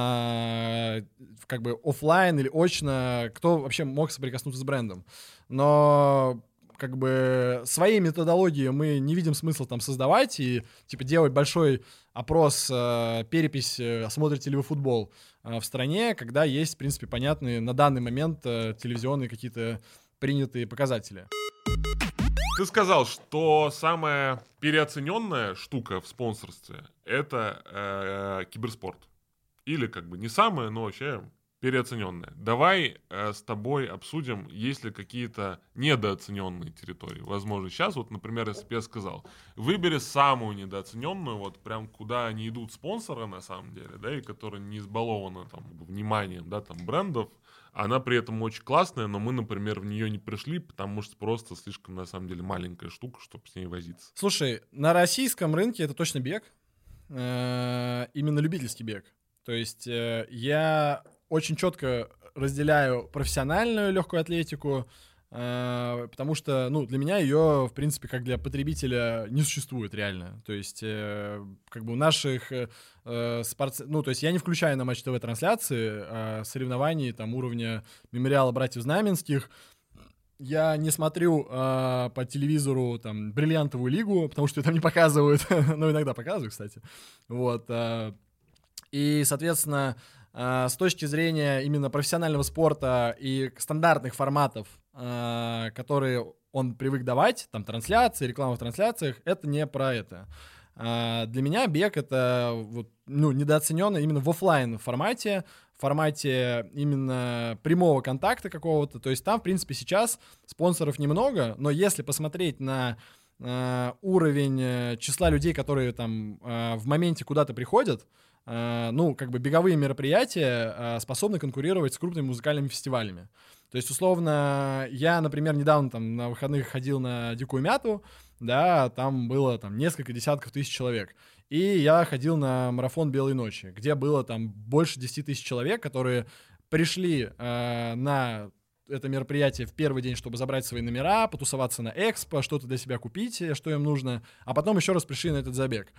э, как бы офлайн или очно, кто вообще мог соприкоснуться с брендом. Но как бы своей методологии мы не видим смысла там создавать и типа делать большой опрос, э, перепись, э, смотрите ли вы футбол э, в стране, когда есть, в принципе, понятные на данный момент э, телевизионные какие-то принятые показатели. Ты сказал, что самая переоцененная штука в спонсорстве — это э, киберспорт. Или как бы не самая, но вообще переоцененная. Давай э, с тобой обсудим, есть ли какие-то недооцененные территории. Возможно, сейчас, вот, например, если бы я сказал, выбери самую недооцененную, вот прям куда не идут спонсоры на самом деле, да, и которая не избалована там вниманием, да, там брендов. Она при этом очень классная, но мы, например, в нее не пришли, потому что просто слишком, на самом деле, маленькая штука, чтобы с ней возиться. Слушай, на российском рынке это точно бег. Э, именно любительский бег. То есть э, я очень четко разделяю профессиональную легкую атлетику, э, потому что, ну, для меня ее, в принципе, как для потребителя не существует реально. То есть, э, как бы у наших э, спортсменов, ну, то есть я не включаю на Матч ТВ трансляции э, соревнований там уровня мемориала братьев Знаменских. Я не смотрю э, по телевизору там бриллиантовую лигу, потому что ее там не показывают, но иногда показывают, кстати. Вот. Э, и, соответственно, э, с точки зрения именно профессионального спорта и стандартных форматов, э, которые он привык давать, там трансляции, реклама в трансляциях, это не про это. Э, для меня бег — это вот, ну, недооцененно именно в офлайн формате, в формате именно прямого контакта какого-то. То есть там, в принципе, сейчас спонсоров немного, но если посмотреть на э, уровень э, числа людей, которые там э, в моменте куда-то приходят, э, ну, как бы беговые мероприятия э, способны конкурировать с крупными музыкальными фестивалями. То есть, условно, я, например, недавно там на выходных ходил на Дикую Мяту, да, там было там несколько десятков тысяч человек. И я ходил на марафон «Белой ночи», где было там больше десяти тысяч человек, которые пришли э, на это мероприятие в первый день, чтобы забрать свои номера, потусоваться на экспо, что-то для себя купить, что им нужно, а потом еще раз пришли на этот забег.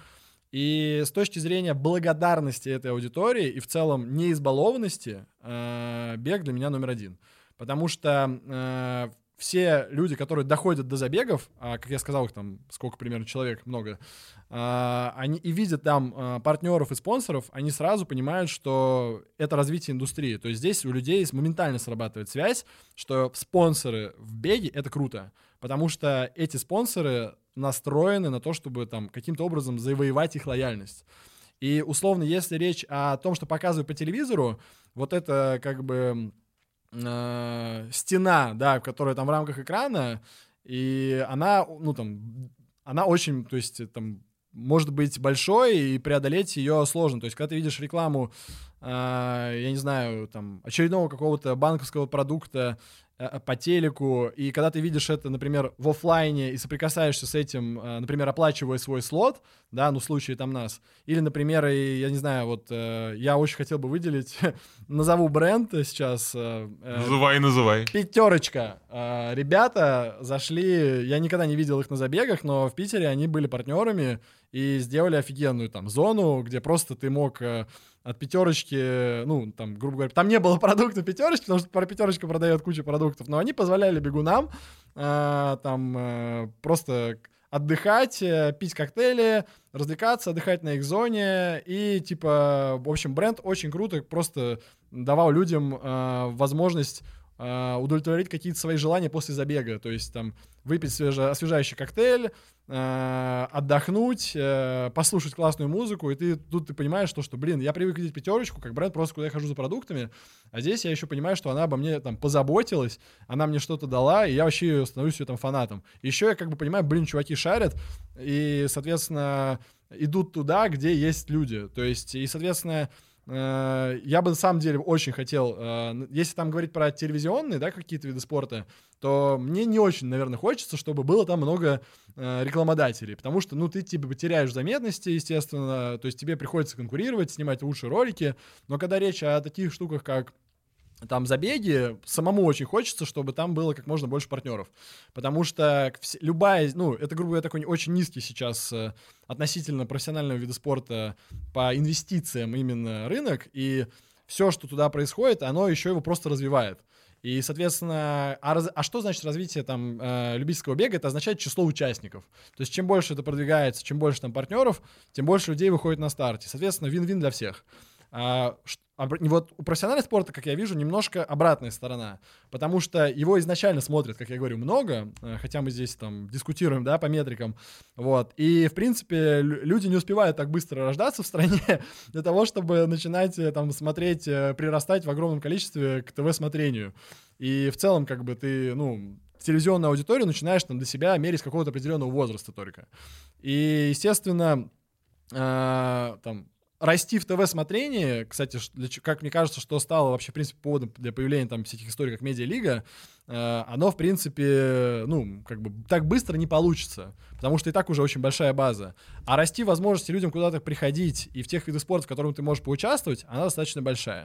И с точки зрения благодарности этой аудитории и в целом неизбалованности, э, бег для меня номер один. Потому что э, все люди, которые доходят до забегов, а, как я сказал, их там сколько примерно человек, много, а, они и видят там а, партнеров и спонсоров, они сразу понимают, что это развитие индустрии. То есть здесь у людей моментально срабатывает связь, что спонсоры в беге — это круто, потому что эти спонсоры настроены на то, чтобы там каким-то образом завоевать их лояльность. И условно, если речь о том, что показывают по телевизору, вот это как бы... стена, да, которая там в рамках экрана, И она, ну, там, она очень, то есть, там, может быть большой, и преодолеть ее сложно. То есть, когда ты видишь рекламу, э, я не знаю, там, очередного какого-то банковского продукта э, по телеку, и когда ты видишь это, например, в офлайне и соприкасаешься с этим, э, например, оплачивая свой слот, да, ну, в случае там нас, или, например, и, я не знаю, вот э, я очень хотел бы выделить, назову бренд сейчас. Э, называй, называй. Пятерочка. Э, ребята зашли, я никогда не видел их на забегах, но в Питере они были партнерами и сделали офигенную там зону, где просто ты мог э, от пятерочки, ну, там, грубо говоря, там не было продукта пятерочки, потому что пятерочка продает кучу продуктов, но они позволяли бегунам э, там э, просто отдыхать, э, пить коктейли, развлекаться, отдыхать на их зоне, и, типа, в общем, бренд очень круто просто давал людям э, возможность э, удовлетворить какие-то свои желания после забега, то есть, там, выпить свеже, освежающий коктейль, э, отдохнуть, э, послушать классную музыку, и ты тут ты понимаешь, что, что, блин, я привык видеть пятерочку как бренд просто, куда я хожу за продуктами, а здесь я еще понимаю, что она обо мне там позаботилась, она мне что-то дала, и я вообще становлюсь ее там фанатом. Еще я как бы понимаю, блин, чуваки шарят, и, соответственно, идут туда, где есть люди, то есть, и, соответственно, я бы на самом деле очень хотел, если там говорить про телевизионные, да, какие-то виды спорта, то мне не очень, наверное, хочется, чтобы было там много рекламодателей, потому что, ну, ты типа теряешь заметности, естественно, то есть тебе приходится конкурировать, снимать лучшие ролики, но когда речь о таких штуках, как там забеги, самому очень хочется, чтобы там было как можно больше партнеров. Потому что вс- любая, ну, это, грубо говоря, такой очень низкий сейчас э, относительно профессионального вида спорта по инвестициям именно рынок, и все, что туда происходит, оно еще его просто развивает. И, соответственно, а, раз, а что значит развитие там э, любительского бега? Это означает число участников. То есть чем больше это продвигается, чем больше там партнеров, тем больше людей выходит на старте. Соответственно, вин-вин для всех. А, вот у профессионального спорта, как я вижу, немножко обратная сторона, потому что его изначально смотрят, как я говорю, много, хотя мы здесь там дискутируем, да, по метрикам, вот, и, в принципе, люди не успевают так быстро рождаться в стране для того, чтобы начинать там смотреть, прирастать в огромном количестве к ТВ-смотрению, и в целом, как бы, ты, ну, телевизионную аудиторию начинаешь там для себя мерить с какого-то определенного возраста только, и, естественно, э, там, расти в ТВ-смотрении, кстати, как мне кажется, что стало вообще, в принципе, поводом для появления там всяких историй, как Медиалига, э, оно, в принципе, ну, как бы так быстро не получится, потому что и так уже очень большая база. А расти возможности людям куда-то приходить и в тех видах спорта, в которых ты можешь поучаствовать, она достаточно большая.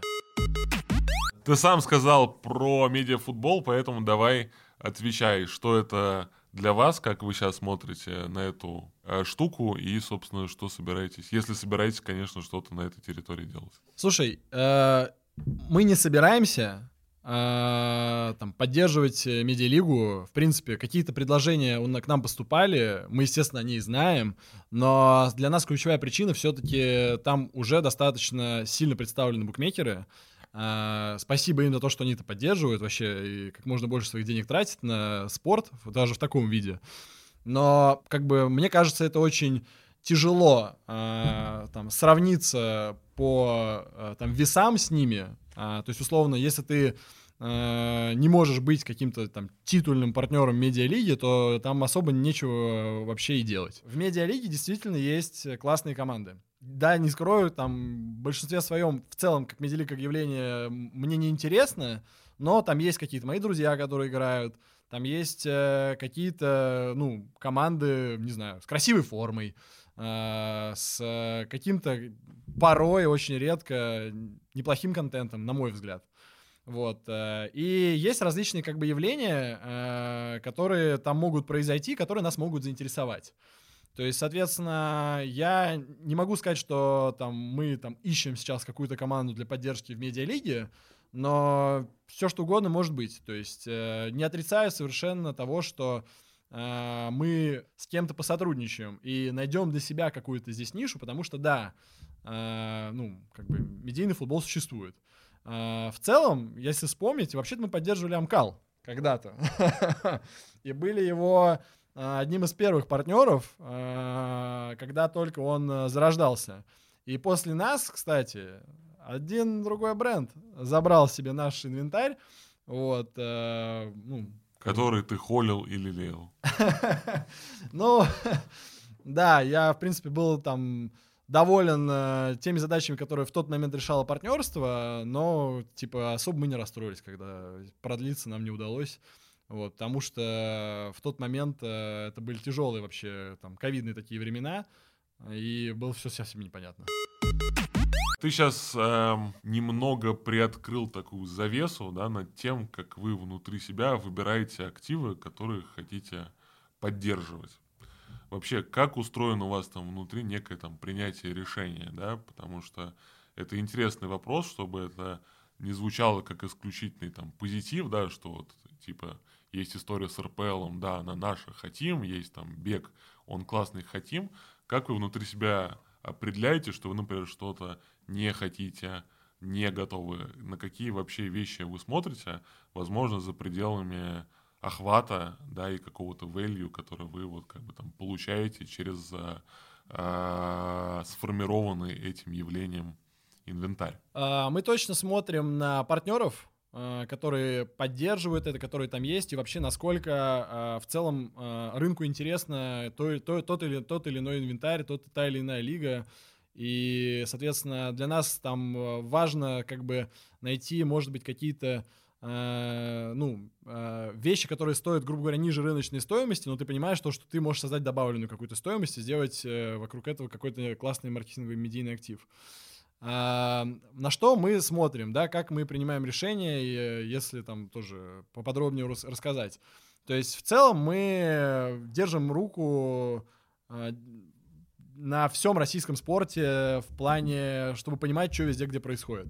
Ты сам сказал про медиафутбол, поэтому давай отвечай, что это для вас, как вы сейчас смотрите на эту э, штуку и, собственно, что собираетесь, если собираетесь, конечно, что-то на этой территории делать. Слушай, э, мы не собираемся э, там, поддерживать медиалигу. В принципе, какие-то предложения к нам поступали, мы, естественно, о них знаем, но для нас ключевая причина все-таки там уже достаточно сильно представлены букмекеры. Uh, спасибо им за то, что они это поддерживают вообще и как можно больше своих денег тратят на спорт, даже в таком виде. Но, как бы, мне кажется, это очень тяжело uh, там, сравниться по uh, там, весам с ними. Uh, то есть, условно, если ты uh, не можешь быть каким-то там титульным партнером медиалиги, то там особо нечего вообще и делать. В медиалиге действительно есть классные команды. Да, не скрою, там, в большинстве своем, в целом, как медиалига, как явление, мне не интересно, но там есть какие-то мои друзья, которые играют, там есть э, какие-то, ну, команды, не знаю, с красивой формой, э, с э, каким-то порой, очень редко, неплохим контентом, на мой взгляд. Вот. Э, и есть различные, как бы, явления, э, которые там могут произойти, которые нас могут заинтересовать. То есть, соответственно, я не могу сказать, что там, мы там, ищем сейчас какую-то команду для поддержки в медиалиге, но все что угодно может быть. То есть э, не отрицаю совершенно того, что э, мы с кем-то посотрудничаем и найдем для себя какую-то здесь нишу, потому что, да, э, ну, как бы медийный футбол существует. Э, в целом, если вспомнить, вообще-то мы поддерживали Амкал когда-то. И были его... одним из первых партнеров, когда только он зарождался. И после нас, кстати, один другой бренд забрал себе наш инвентарь. Вот, ну, Который ты холил или лелеял. Ну, да, я, в принципе, был там доволен э, теми задачами, которые в тот момент решало партнерство, но, типа, особо мы не расстроились, когда продлиться нам не удалось. Вот, потому что в тот момент э, это были тяжелые вообще, там, ковидные такие времена, и было все совсем непонятно. Ты сейчас э, немного приоткрыл такую завесу, да, над тем, как вы внутри себя выбираете активы, которые хотите поддерживать. Вообще, как устроено у вас там внутри некое там принятие решения, да, потому что это интересный вопрос, чтобы это не звучало как исключительный там позитив, да, что вот типа есть история с эр пэ элом, да, она наша, хотим, есть там бег, он классный, хотим. Как вы внутри себя определяете, что вы, например, что-то не хотите, не готовы, на какие вообще вещи вы смотрите, возможно, за пределами охвата, да, и какого-то value, который вы вот как бы там получаете через э, э, сформированный этим явлением инвентарь. Мы точно смотрим на партнеров, которые поддерживают это, которые там есть, и вообще насколько в целом рынку интересно то, то, тот, или, тот или иной инвентарь, тот, та или иная лига. И, соответственно, для нас там важно как бы найти, может быть, какие-то э, ну, э, вещи, которые стоят, грубо говоря, ниже рыночной стоимости, но ты понимаешь, то, что ты можешь создать добавленную какую-то стоимость и сделать э, вокруг этого какой-то классный маркетинговый медийный актив. А, на что мы смотрим, да, как мы принимаем решения, и, если там тоже поподробнее рас- рассказать. То есть в целом мы держим руку а, на всем российском спорте в плане, чтобы понимать, что везде, где происходит.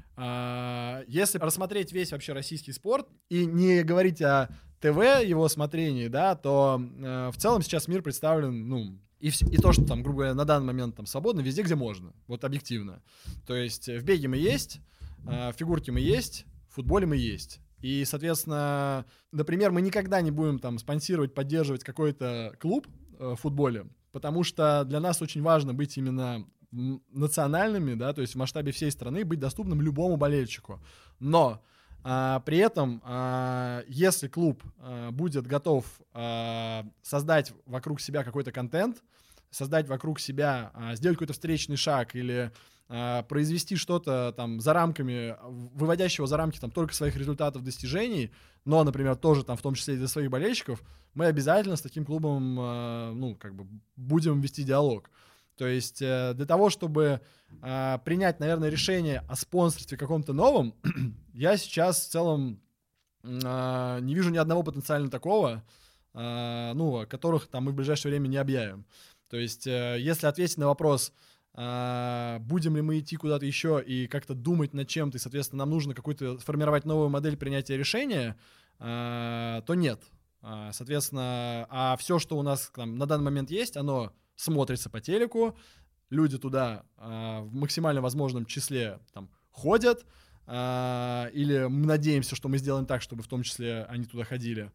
А, если рассмотреть весь вообще российский спорт и не говорить о ТВ, его смотрении, да, то э, в целом сейчас мир представлен, ну, И, вс- и то, что там, грубо говоря, на данный момент там свободно, везде, где можно. Вот объективно. То есть в беге мы есть, э, в фигурке мы есть, в футболе мы есть. И, соответственно, например, мы никогда не будем там спонсировать, поддерживать какой-то клуб э, в футболе, потому что для нас очень важно быть именно м, национальными, да, то есть в масштабе всей страны быть доступным любому болельщику. Но а, при этом, а, если клуб а, будет готов а, создать вокруг себя какой-то контент, создать вокруг себя, а, сделать какой-то встречный шаг или а, произвести что-то там за рамками, выводящего за рамки там только своих результатов, достижений, но, например, тоже там в том числе и для своих болельщиков, мы обязательно с таким клубом, а, ну, как бы будем вести диалог. То есть э, для того, чтобы э, принять, наверное, решение о спонсорстве каком-то новом, я сейчас в целом э, не вижу ни одного потенциально такого, э, ну, о которых там мы в ближайшее время не объявим. То есть э, если ответить на вопрос, э, будем ли мы идти куда-то еще и как-то думать над чем-то, и, соответственно, нам нужно какую-то сформировать новую модель принятия решения, э, то нет. Э, соответственно, а все, что у нас там, на данный момент есть, оно смотрится по телеку, люди туда э, в максимально возможном числе там ходят, э, или мы надеемся, что мы сделаем так, чтобы в том числе они туда ходили.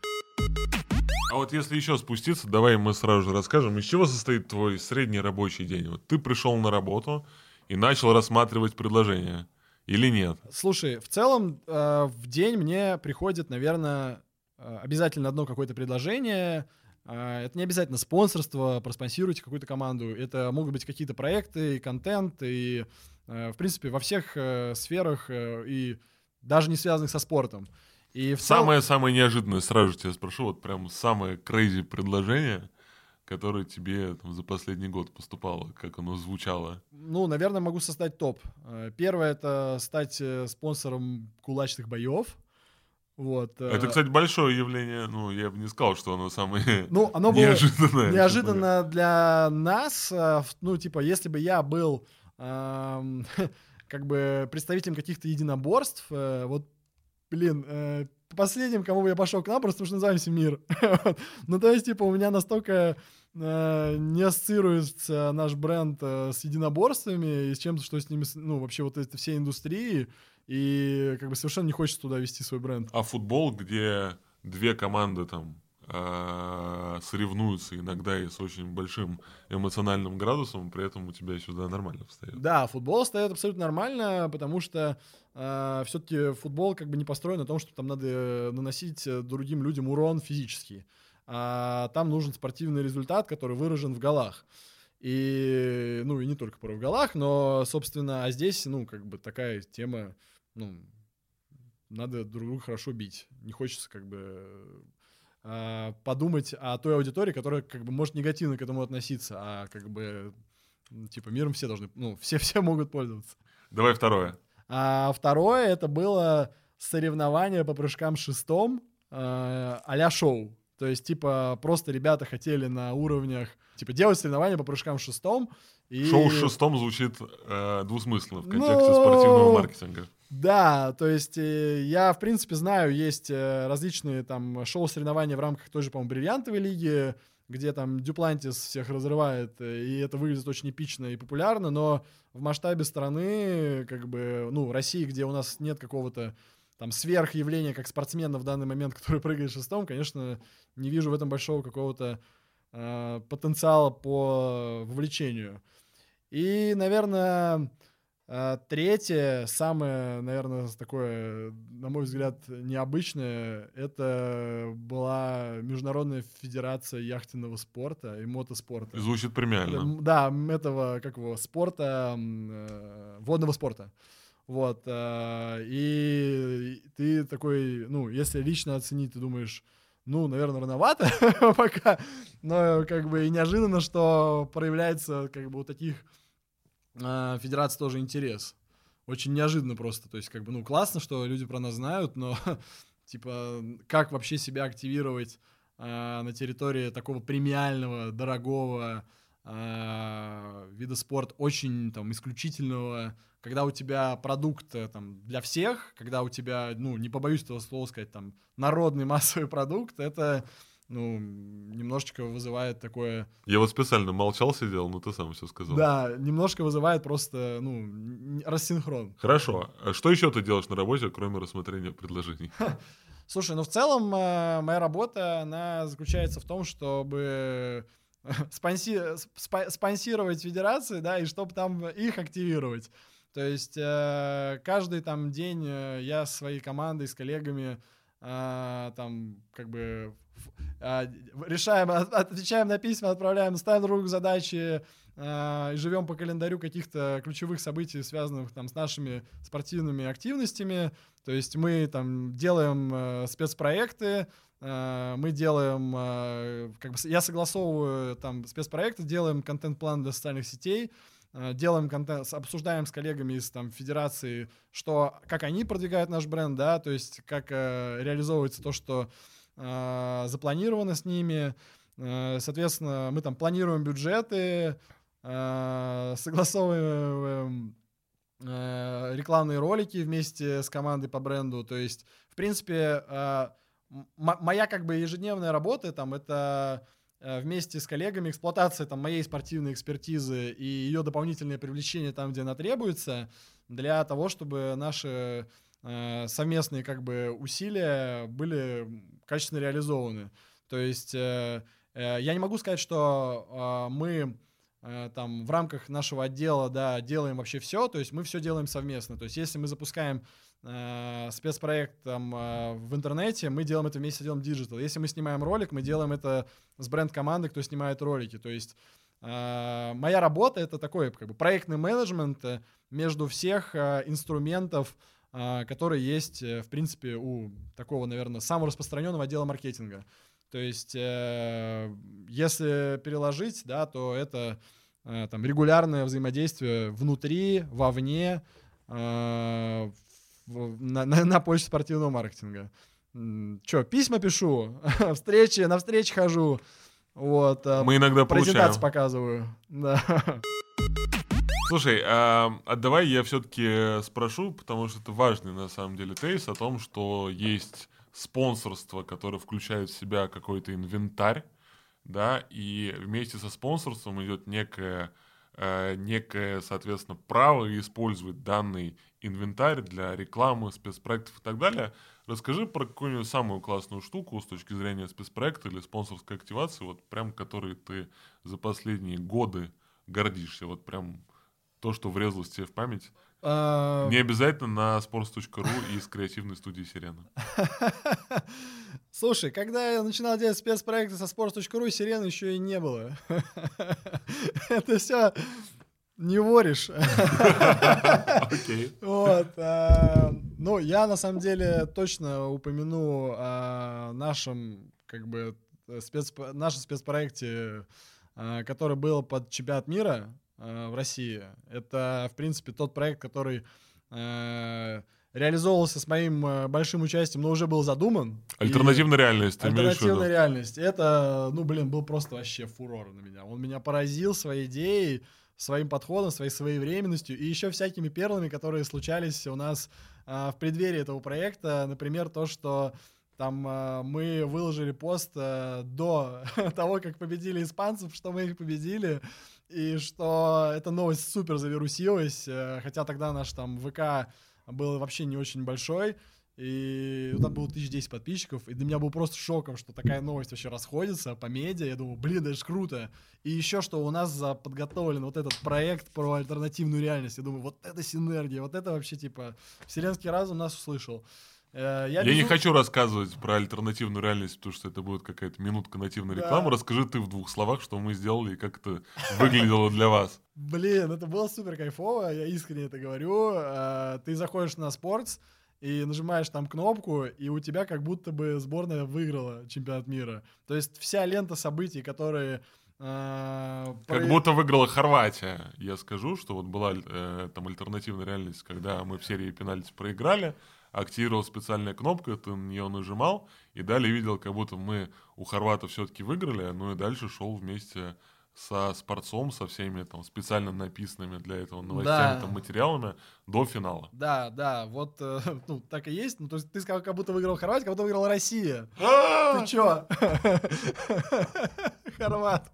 А вот если еще спуститься, давай мы сразу же расскажем, из чего состоит твой средний рабочий день. Вот ты пришел на работу и начал рассматривать предложения, или нет? Слушай, в целом э, в день мне приходит, наверное, э, обязательно одно какое-то предложение. Это не обязательно спонсорство, проспонсируйте какую-то команду. Это могут быть какие-то проекты, контент, и, в принципе, во всех сферах, и даже не связанных со спортом. И в Самое-самое цел... неожиданное, сразу же тебя спрошу, вот прям самое crazy предложение, которое тебе там, за последний год поступало, как оно звучало? Ну, наверное, могу составить топ. Первое — это стать спонсором кулачных боев. Вот. Это, кстати, большое явление, ну, я бы не сказал, что оно самое ну, оно неожиданное. Было неожиданно для нас, ну, типа, если бы я был э, как бы представителем каких-то единоборств, э, вот, блин, э, последним, кому бы я пошел к нам, просто потому что называемся «Мир». Ну, то есть, типа, у меня настолько э, не ассоциируется наш бренд э, с единоборствами и с чем-то, что с ними, ну, вообще вот этой всей индустрии, и как бы совершенно не хочется туда вести свой бренд. А футбол, где две команды там э, соревнуются иногда и с очень большим эмоциональным градусом, при этом у тебя сюда нормально встает. Да, футбол встает абсолютно нормально, потому что э, все-таки футбол как бы не построен на том, что там надо наносить другим людям урон физический. А там нужен спортивный результат, который выражен в голах. И, ну, и не только порой в голах, но, собственно, а здесь, ну, как бы такая тема, ну, надо друг друга хорошо бить. Не хочется, как бы, э, подумать о той аудитории, которая, как бы, может негативно к этому относиться, а, как бы, типа, миром все должны, ну, все, все могут пользоваться. Давай второе. А второе, это было соревнование по прыжкам шестом э, а-ля шоу. То есть, типа, просто ребята хотели на уровнях, типа, делать соревнования по прыжкам шестом. И... Шоу с шестом звучит э, двусмысленно в контексте ну, спортивного маркетинга. Да, то есть э, я, в принципе, знаю, есть э, различные там шоу-соревнования в рамках той же, по-моему, бриллиантовой лиги, где там Дюплантис всех разрывает, и это выглядит очень эпично и популярно, но в масштабе страны, как бы, ну, России, где у нас нет какого-то там сверхявления как спортсмена в данный момент, который прыгает шестом, конечно, не вижу в этом большого какого-то э, потенциала по вовлечению. И, наверное, э, третье, самое, наверное, такое, на мой взгляд, необычное, это была Международная федерация яхтенного спорта и мотоспорта. Звучит премиально. Да, этого, как его, спорта, э, водного спорта. Вот, э, и ты такой, ну, если лично оценить, ты думаешь, ну, наверное, рановато пока, но как бы и неожиданно, что проявляется как бы у таких э, федераций тоже интерес. Очень неожиданно просто, то есть как бы, ну, классно, что люди про нас знают, но типа, как вообще себя активировать э, на территории такого премиального, дорогого э, вида спорта, очень там исключительного, когда у тебя продукт там для всех, когда у тебя, ну, не побоюсь этого слова сказать, там, народный массовый продукт, это, ну, немножечко вызывает такое... Я вот специально молчал, сидел, но ты сам все сказал. Да, немножко вызывает просто, ну, рассинхрон. Хорошо. А что еще ты делаешь на работе, кроме рассмотрения предложений? Слушай, ну, в целом, моя работа, она заключается в том, чтобы... спонси... спа- спонсировать федерации, да, и чтобы там их активировать. То есть э, каждый там день э, я с своей командой, с коллегами э, там как бы э, решаем, от, отвечаем на письма, отправляем, ставим друг другу задачи э, и живем по календарю каких-то ключевых событий, связанных там с нашими спортивными активностями. То есть мы там делаем э, спецпроекты, э, мы делаем, э, как бы я согласовываю там спецпроекты, делаем контент-план для социальных сетей, делаем контент, обсуждаем с коллегами из там федерации, что, как они продвигают наш бренд, да, то есть как э, реализовывается то, что э, запланировано с ними. Э, соответственно, мы там планируем бюджеты, э, согласовываем э, рекламные ролики вместе с командой по бренду. То есть, в принципе, э, м- моя как бы ежедневная работа там это вместе с коллегами эксплуатация там моей спортивной экспертизы и ее дополнительное привлечение там, где она требуется, для того, чтобы наши э, совместные как бы усилия были качественно реализованы. То есть э, э, я не могу сказать, что э, мы э, там в рамках нашего отдела, да, делаем вообще все, то есть мы все делаем совместно. То есть если мы запускаем э, спецпроект там э, в интернете, мы делаем это вместе с отделом диджитал. Если мы снимаем ролик, мы делаем это с бренд-командой, кто снимает ролики. То есть э, моя работа — это такой как бы проектный менеджмент между всех э, инструментов, э, которые есть, э, в принципе, у такого, наверное, самого распространенного отдела маркетинга. То есть э, если переложить, да, то это э, там регулярное взаимодействие внутри, вовне, э, на, на, на почте спортивного маркетинга. Че, письма пишу, встречи, на встречи хожу, вот. Мы иногда презентации получаем. показываю. Да. Слушай, а, а давай я все-таки спрошу, потому что это важный на самом деле тейс о том, что есть спонсорство, которое включает в себя какой-то инвентарь, да, и вместе со спонсорством идет некая э, некое, соответственно, право использовать данный инвентарь для рекламы, спецпроектов и так далее. Расскажи про какую-нибудь самую классную штуку с точки зрения спецпроекта или спонсорской активации, вот прям которой ты за последние годы гордишься, вот прям то, что врезалось тебе в память. А, Не обязательно на sports точка ru из креативной студии «Сирена». Слушай, когда я начинал делать спецпроекты со sports точка ru, «Сирены» еще и не было. Это все не воришь. Окей. Вот. а, Ну, я на самом деле точно упомяну о нашем, как бы, спец... нашем спецпроекте, а, который был под чемпионат мира а, в России. Это, в принципе, тот проект, который а, реализовывался с моим а, большим участием, но уже был задуман. Альтернативная реальность, ты имеешь в виду? Альтернативная реальность. Это, ну, блин, был просто вообще фурор на меня. Он меня поразил своей идеей, своим подходом, своей своевременностью и еще всякими перлами, которые случались у нас а, в преддверии этого проекта. Например, то, что там а, мы выложили пост а, до того, как победили испанцев, что мы их победили, и что эта новость супер завирусилась, а, хотя тогда наш там ВК был вообще не очень большой, и там было тысяча десять подписчиков, и для меня был просто шоком, что такая новость вообще расходится по медиа. Я думаю, блин, это же круто. И еще, что у нас подготовлен вот этот проект про альтернативную реальность. Я думаю, вот это синергия, вот это вообще, типа, вселенский разум нас услышал. Я, Я безу... не хочу рассказывать про альтернативную реальность, потому что это будет какая-то минутка нативной Да. рекламы. Расскажи ты в двух словах, что мы сделали и как это выглядело для вас. Блин, это было супер кайфово, я искренне это говорю. Ты заходишь на Sports и нажимаешь там кнопку, и у тебя как будто бы сборная выиграла чемпионат мира. То есть вся лента событий, которые... Э, как про... будто выиграла Хорватия. Я скажу, что вот была э, там альтернативная реальность, когда мы в серии пенальти проиграли, активировал специальная кнопка, ты на нее нажимал, и далее видел, как будто мы у хорватов все-таки выиграли, ну и дальше шел вместе со спортсом, со всеми там специально написанными для этого новостями, Да. там, материалами до финала. Да, да, вот, э, ну, так и есть. Ну, то есть ты сказал, как будто выиграл Хорватия, как будто выиграла Россия. Ты чё? Хорват.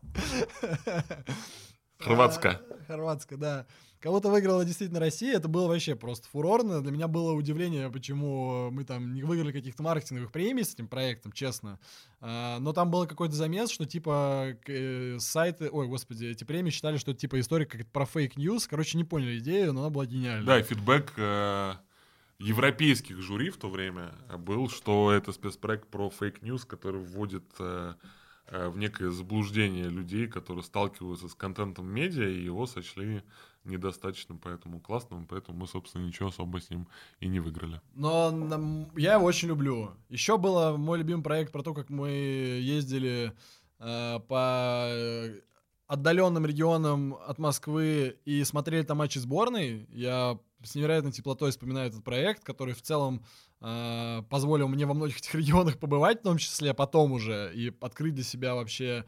Хорватская. Хорватская, да. Кого-то выиграла действительно Россия, это было вообще просто фурорно. Для меня было удивление, почему мы там не выиграли каких-то маркетинговых премий с этим проектом, честно. А, но там был какой-то замес, что типа э, сайты, ой, господи, эти премии считали, что это типа история как про фейк-ньюс. Короче, не поняли идею, но она была гениальная. Да, и фидбэк э, европейских жюри в то время был, что это спецпроект про фейк-ньюс, который вводит э, э, в некое заблуждение людей, которые сталкиваются с контентом медиа, и его сочли недостаточно поэтому классным, поэтому мы, собственно, ничего особо с ним и не выиграли. Но нам, я его очень люблю. Еще был мой любимый проект про то, как мы ездили э, по отдаленным регионам от Москвы и смотрели там матчи сборной. Я с невероятной теплотой вспоминаю этот проект, который в целом э, позволил мне во многих этих регионах побывать, в том числе потом уже, и открыть для себя вообще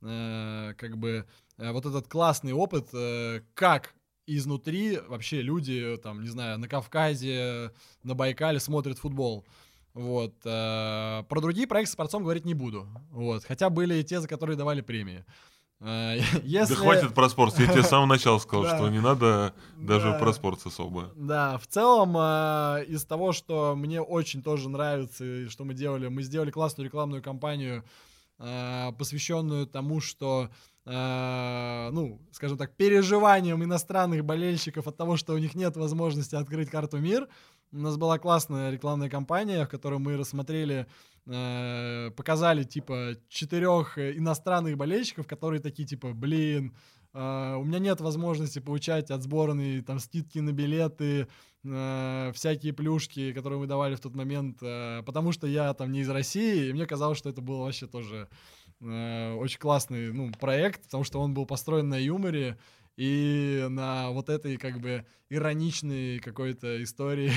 э, как бы э, вот этот классный опыт, э, как изнутри вообще люди, там, не знаю, на Кавказе, на Байкале смотрят футбол. Вот. Э, про другие проекты с спортсом говорить не буду. Вот. Хотя были и те, за которые давали премии. Э, если... Да хватит про спорт. Я тебе с самого начала сказал, Да. что не надо даже Да. про спорт особо. Да, в целом, э, из того, что мне очень тоже нравится, и что мы делали, мы сделали классную рекламную кампанию, э, посвященную тому, что Uh, ну, скажем так, переживаниям иностранных болельщиков от того, что у них нет возможности открыть карту МИР. У нас была классная рекламная кампания, в которой мы рассмотрели, uh, показали, типа, четырех иностранных болельщиков, которые такие, типа, блин, uh, у меня нет возможности получать от сборной, там, скидки на билеты, uh, всякие плюшки, которые мы давали в тот момент, uh, потому что я, там, не из России, и мне казалось, что это было вообще тоже... очень классный, ну, проект, потому что он был построен на юморе и на вот этой, как бы, ироничной какой-то истории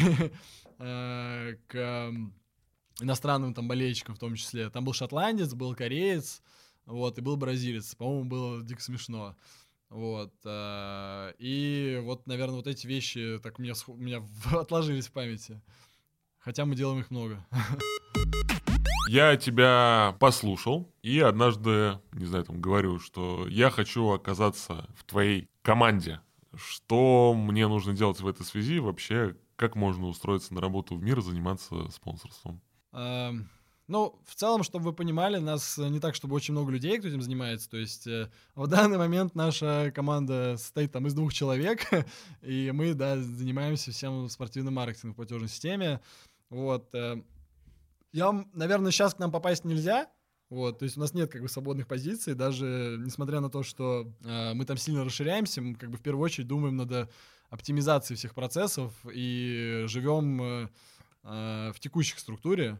к иностранным там болельщикам в том числе. Там был шотландец, был кореец, вот, и был бразилец. По-моему, было дико смешно. Вот. И вот, наверное, вот эти вещи так у меня, у меня отложились в памяти. Хотя мы делаем их много. Я тебя послушал и однажды, не знаю, там говорю, что я хочу оказаться в твоей команде. Что мне нужно делать в этой связи? Вообще, как можно устроиться на работу в мир, заниматься спонсорством? Эм, Ну, в целом, чтобы вы понимали, нас не так, чтобы очень много людей, кто этим занимается. То есть э, в данный момент наша команда состоит там из двух человек, и мы, да, занимаемся всем спортивным маркетингом в платежной системе. Вот. э, Я, вам, наверное, сейчас к нам попасть нельзя. Вот, то есть у нас нет как бы свободных позиций, даже несмотря на то, что э, мы там сильно расширяемся, мы как бы в первую очередь думаем над э, оптимизацией всех процессов и живем э, э, в текущих структуре.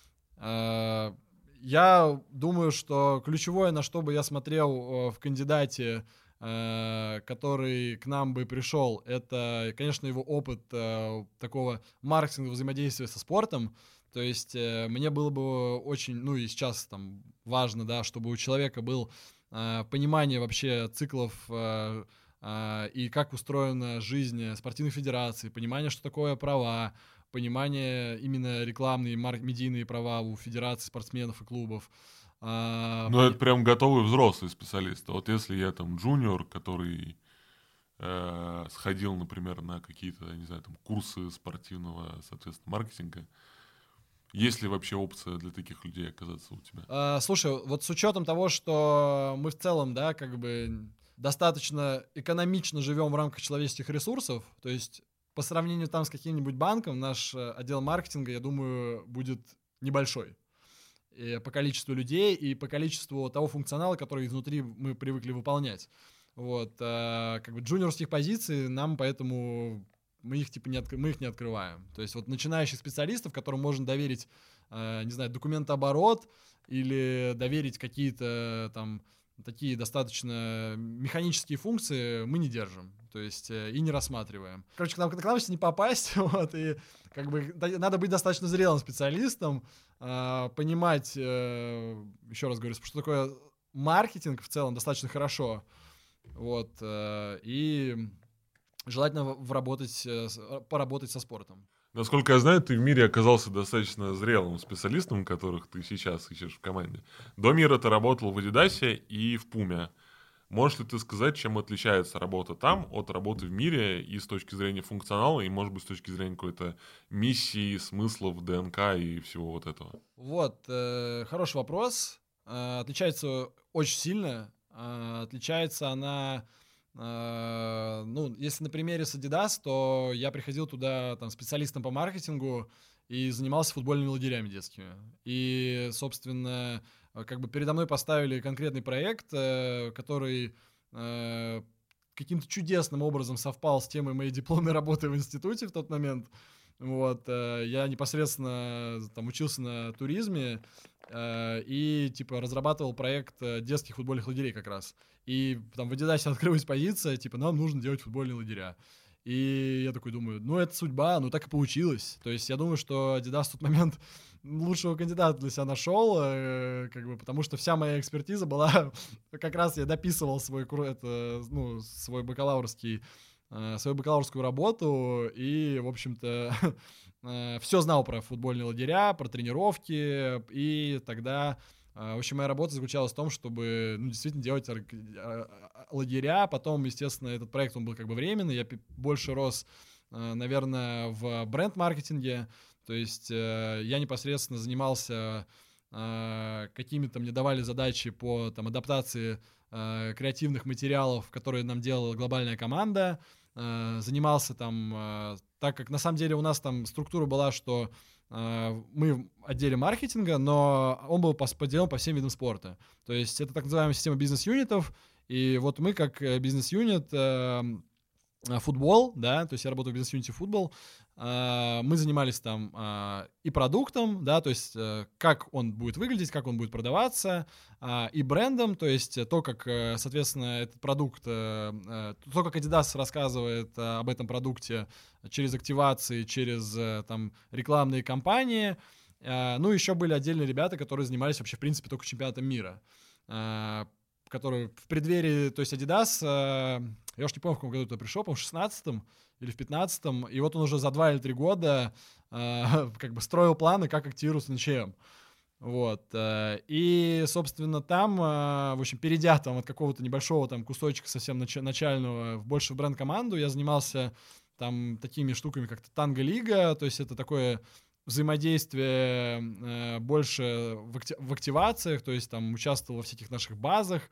Э, я думаю, что ключевое, на что бы я смотрел э, в кандидате, э, который к нам бы пришел, это, конечно, его опыт э, такого маркетингового взаимодействия со спортом. То есть э, мне было бы очень, ну и сейчас там важно, да, чтобы у человека был э, понимание вообще циклов э, э, и как устроена жизнь спортивных федераций, понимание, что такое права, понимание именно рекламные, марк- медийные права у федераций, спортсменов и клубов. А, Ну, пони- это прям готовый взрослый специалист. А вот если я там джуниор, который э, сходил, например, на какие-то, не знаю, там курсы спортивного, соответственно, маркетинга, есть ли вообще опция для таких людей оказаться у тебя? А, слушай, вот с учетом того, что мы в целом, да, как бы достаточно экономично живем в рамках человеческих ресурсов, то есть по сравнению там с каким-нибудь банком, наш э, отдел маркетинга, я думаю, будет небольшой. И по количеству людей и по количеству того функционала, который изнутри мы привыкли выполнять. Вот, а, как бы джуниорских позиций нам поэтому мы их типа не откры- мы их не открываем. То есть вот начинающих специалистов, которым можно доверить, э, не знаю, документооборот или доверить какие-то там такие достаточно механические функции, мы не держим, то есть э, и не рассматриваем. Короче, к нам, к нам если не попасть, вот, и как бы да- надо быть достаточно зрелым специалистом, э, понимать, э, еще раз говорю, что такое маркетинг в целом достаточно хорошо, вот, э, и желательно в- вработать, э, с- э, поработать со спортом. Насколько я знаю, ты в мире оказался достаточно зрелым специалистом, которых ты сейчас ищешь в команде. До мира ты работал в Адидасе и в Пуме. Можешь ли ты сказать, чем отличается работа там от работы в мире и с точки зрения функционала, и, может быть, с точки зрения какой-то миссии, смыслов, ДНК и всего вот этого? Вот, э, хороший вопрос. Э, отличается очень сильно. Э, отличается она, э, ну, если на примере с Adidas, то я приходил туда там специалистом по маркетингу и занимался футбольными лагерями детскими. И, собственно, э, как бы передо мной поставили конкретный проект, э, который э, каким-то чудесным образом совпал с темой моей дипломной работы в институте в тот момент. Вот, э, я непосредственно там учился на туризме э, и типа разрабатывал проект э, детских футбольных лагерей как раз. И там в Adidas открылась позиция, типа, нам нужно делать футбольные лагеря. И я такой думаю, ну это судьба, ну так и получилось. То есть я думаю, что Adidas в тот момент лучшего кандидата для себя нашел, э, как бы, потому что вся моя экспертиза была, как раз я дописывал свой, кур- это, ну, свой бакалаврский э, свою бакалаврскую работу и, в общем-то, все знал про футбольные лагеря, про тренировки, и тогда, э, в общем, моя работа заключалась в том, чтобы, ну, действительно делать ор- э, лагеря, потом, естественно, этот проект, он был как бы временный, я пи- больше рос, э, наверное, в бренд-маркетинге, то есть э, я непосредственно занимался э, какими-то, мне давали задачи по там адаптации э, креативных материалов, которые нам делала глобальная команда, э, занимался там, э, так как на самом деле у нас там структура была, что э, мы в отделе маркетинга, но он был пос- поделен по всем видам спорта. То есть это так называемая система бизнес-юнитов, и вот мы как э, бизнес-юнит э, э, футбол, да, то есть я работаю в бизнес-юните футбол, э, мы занимались там э, и продуктом, да, то есть э, как он будет выглядеть, как он будет продаваться, э, и брендом, то есть то, как, э, соответственно, этот продукт, э, э, то, как Adidas рассказывает э, об этом продукте через активации, через э, там рекламные кампании. Э, ну, еще были отдельные ребята, которые занимались вообще, в принципе, только чемпионатом мира, э, который в преддверии, то есть Adidas, э, я уж не помню, в каком году ты пришел, по-моему, в шестнадцатом или в пятнадцатом, и вот он уже за два или три года э, как бы строил планы, как активироваться на ЧМ. Вот. И, собственно, там, в общем, перейдя там от какого-то небольшого там кусочка совсем нач- начального в больше в бренд-команду, я занимался там такими штуками, как Танго-лига, то есть это такое взаимодействие э, больше в, акти- в активациях, то есть там участвовал во всяких наших базах,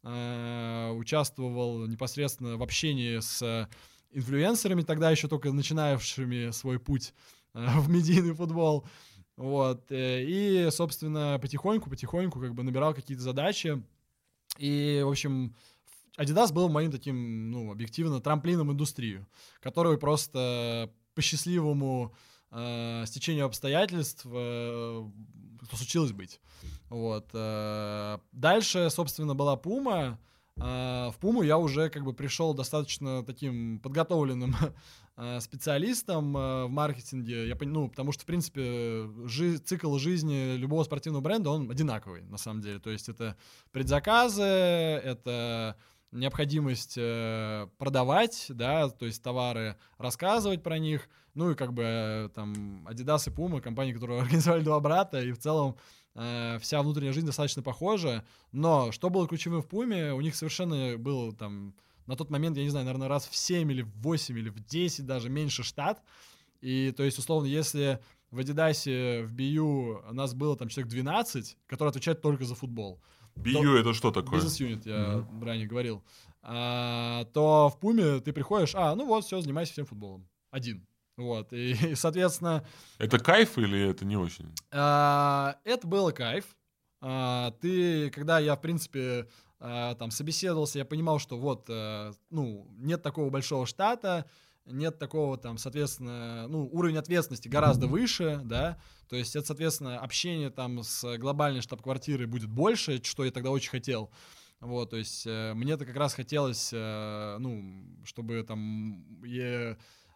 э, участвовал непосредственно в общении с инфлюенсерами, тогда еще только начинавшими свой путь э, в медийный футбол. Вот, и, собственно, потихоньку-потихоньку как бы набирал какие-то задачи. И, в общем, Adidas был моим таким, ну, объективно, трамплином в индустрию, который просто по счастливому э, стечению обстоятельств э, случилось быть. Вот. Э, дальше, собственно, была Puma. Э, в Puma я уже как бы пришел достаточно таким подготовленным специалистом э, в маркетинге, я, ну, потому что, в принципе, жи- цикл жизни любого спортивного бренда, он одинаковый, на самом деле. То есть это предзаказы, это необходимость э, продавать, да, то есть товары, рассказывать про них, ну и как бы э, там Adidas и Puma, компании, которые организовали два брата, и в целом э, вся внутренняя жизнь достаточно похожа, но что было ключевым в Puma, у них совершенно был там на тот момент, я не знаю, наверное, раз в семь или в восемь или в десять даже меньше штат. И, то есть, условно, если в Адидасе, в би ю у нас было там человек двенадцать, который отвечает только за футбол. би ю это что такое? Бизнес-юнит, я mm-hmm. ранее говорил. А, то в Пуме ты приходишь, а, ну вот, все, занимайся всем футболом. Один. Вот, и, и соответственно... Это кайф или это не очень? А, это было кайф. А, ты, когда я, в принципе... там собеседовался, я понимал, что вот, ну, нет такого большого штата, нет такого там, соответственно, ну, уровень ответственности гораздо выше, да, то есть это, соответственно, общение там с глобальной штаб-квартирой будет больше, что я тогда очень хотел, вот, то есть мне-то как раз хотелось, ну, чтобы там я...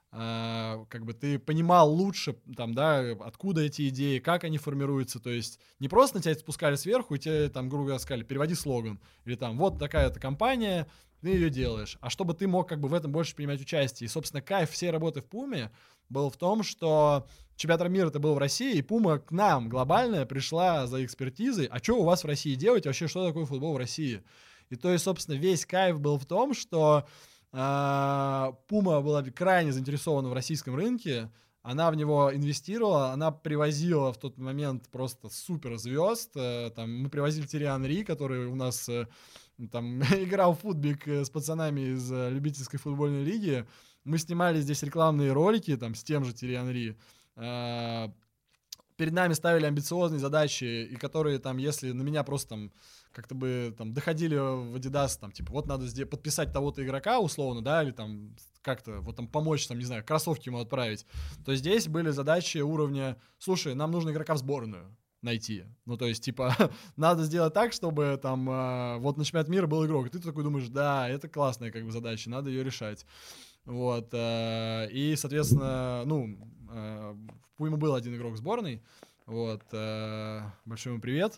Uh, как бы ты понимал лучше, там, да, откуда эти идеи, как они формируются, то есть не просто на тебя спускали сверху и тебе, там, грубо говоря, сказали, переводи слоган, или там, вот такая-то компания, ты ее делаешь, а чтобы ты мог как бы в этом больше принимать участие. И, собственно, кайф всей работы в Пуме был в том, что чемпионат мира это был в России, и Пума к нам глобальная пришла за экспертизой, а что у вас в России делать, вообще, что такое футбол в России? И то есть, собственно, весь кайф был в том, что Пума была крайне заинтересована в российском рынке, она в него инвестировала, она привозила в тот момент просто супер звезд, там, мы привозили Тири Анри, который у нас там играл в футбик с пацанами из любительской футбольной лиги, мы снимали здесь рекламные ролики там, с тем же Тири Анри, перед нами ставили амбициозные задачи, и которые там, если на меня просто там как-то бы там доходили в Adidas, там, типа, вот надо здесь подписать того-то игрока, условно, да, или там как-то вот там помочь, там, не знаю, кроссовки ему отправить, то здесь были задачи уровня, слушай, нам нужно игрока в сборную найти, ну, то есть, типа, надо сделать так, чтобы там э, вот на чемпионат мира был игрок, и ты такой думаешь, да, это классная как бы задача, надо ее решать. Вот, э, и, соответственно, ну, э, в Пуме был один игрок сборной, вот, э, большой ему привет.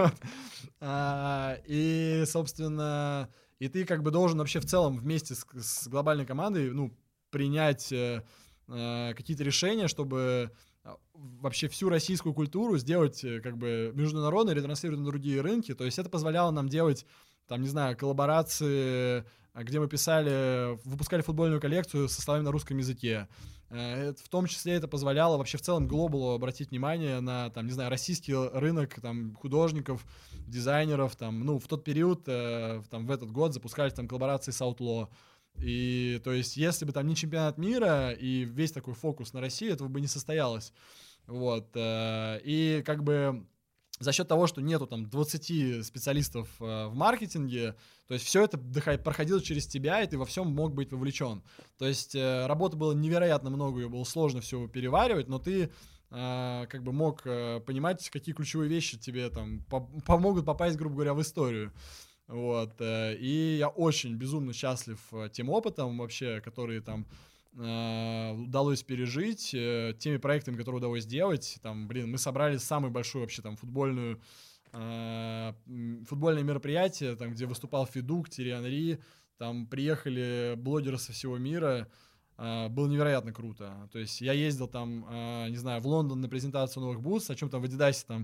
И, собственно, и ты как бы должен вообще в целом вместе с, с глобальной командой, ну, принять э, какие-то решения, чтобы вообще всю российскую культуру сделать как бы международной, ретранслировать на другие рынки. То есть это позволяло нам делать, там, не знаю, коллаборации, где мы писали, выпускали футбольную коллекцию со словами на русском языке. В том числе это позволяло вообще в целом глобалу обратить внимание на, там, не знаю, российский рынок там, художников, дизайнеров. Там, ну, в тот период, там, в этот год запускались там коллаборации с Outlaw. И, то есть, если бы там не чемпионат мира и весь такой фокус на Россию, этого бы не состоялось. Вот. И как бы за счет того, что нету там двадцати специалистов э, в маркетинге, то есть все это проходило через тебя, и ты во всем мог быть вовлечен. То есть э, работы было невероятно много, ее было сложно все переваривать, но ты э, как бы мог э, понимать, какие ключевые вещи тебе там по- помогут попасть, грубо говоря, в историю. Вот. Э, и я очень безумно счастлив э, тем опытом вообще, который там удалось пережить, теми проектами, которые удалось сделать. Там, блин, мы собрали самую большую вообще там футбольную э, футбольное мероприятие, там, где выступал Федук, Тири Анри, там приехали блогеры со всего мира. Uh, было невероятно круто. То есть я ездил там, uh, не знаю, в Лондон на презентацию новых бутс, о чем там в Адидасе там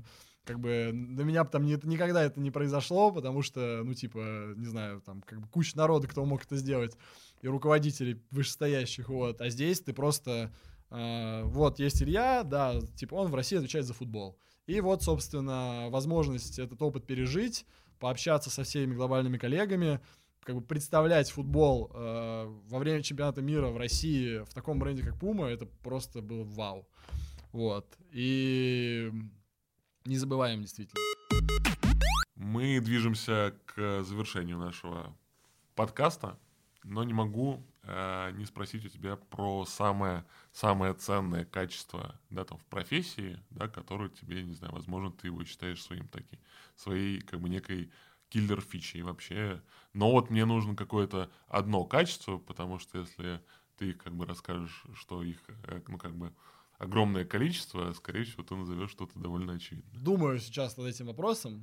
как бы до меня там не, никогда это не произошло, потому что, ну, типа, не знаю, там, как бы куча народа, кто мог это сделать, и руководителей вышестоящих, вот. А здесь ты просто, э, вот, есть Илья, да, типа, он в России отвечает за футбол. И вот, собственно, возможность этот опыт пережить, пообщаться со всеми глобальными коллегами, как бы представлять футбол э, во время чемпионата мира в России в таком бренде, как Puma, это просто было вау. Вот. И не забываем, действительно. Мы движемся к завершению нашего подкаста, но не могу э, не спросить у тебя про самое, самое ценное качество, да, там, в профессии, да, которое тебе, не знаю, возможно, ты его считаешь своим таким, своей, как бы, некой киллер-фичей вообще. Но вот мне нужно какое-то одно качество, потому что если ты, как бы, расскажешь, что их, ну, как бы, огромное количество, скорее всего, ты назовешь что-то довольно очевидное. Думаю сейчас над этим вопросом.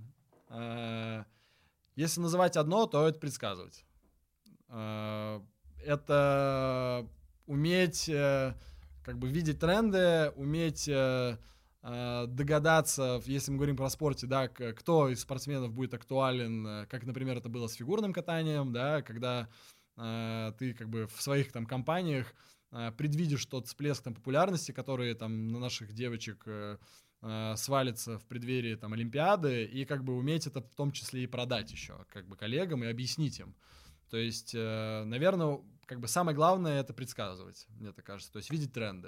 Если называть одно, то это предсказывать. Это уметь, как бы, видеть тренды, уметь догадаться, если мы говорим про спорте, да, кто из спортсменов будет актуален, как, например, это было с фигурным катанием, да, когда э, ты, как бы, в своих там компаниях э, предвидишь тот всплеск там популярности, который там на наших девочек э, э, свалится в преддверии там Олимпиады, и, как бы, уметь это в том числе и продать еще, как бы, коллегам и объяснить им. То есть, э, наверное, как бы самое главное — это предсказывать, мне так кажется, то есть видеть тренды.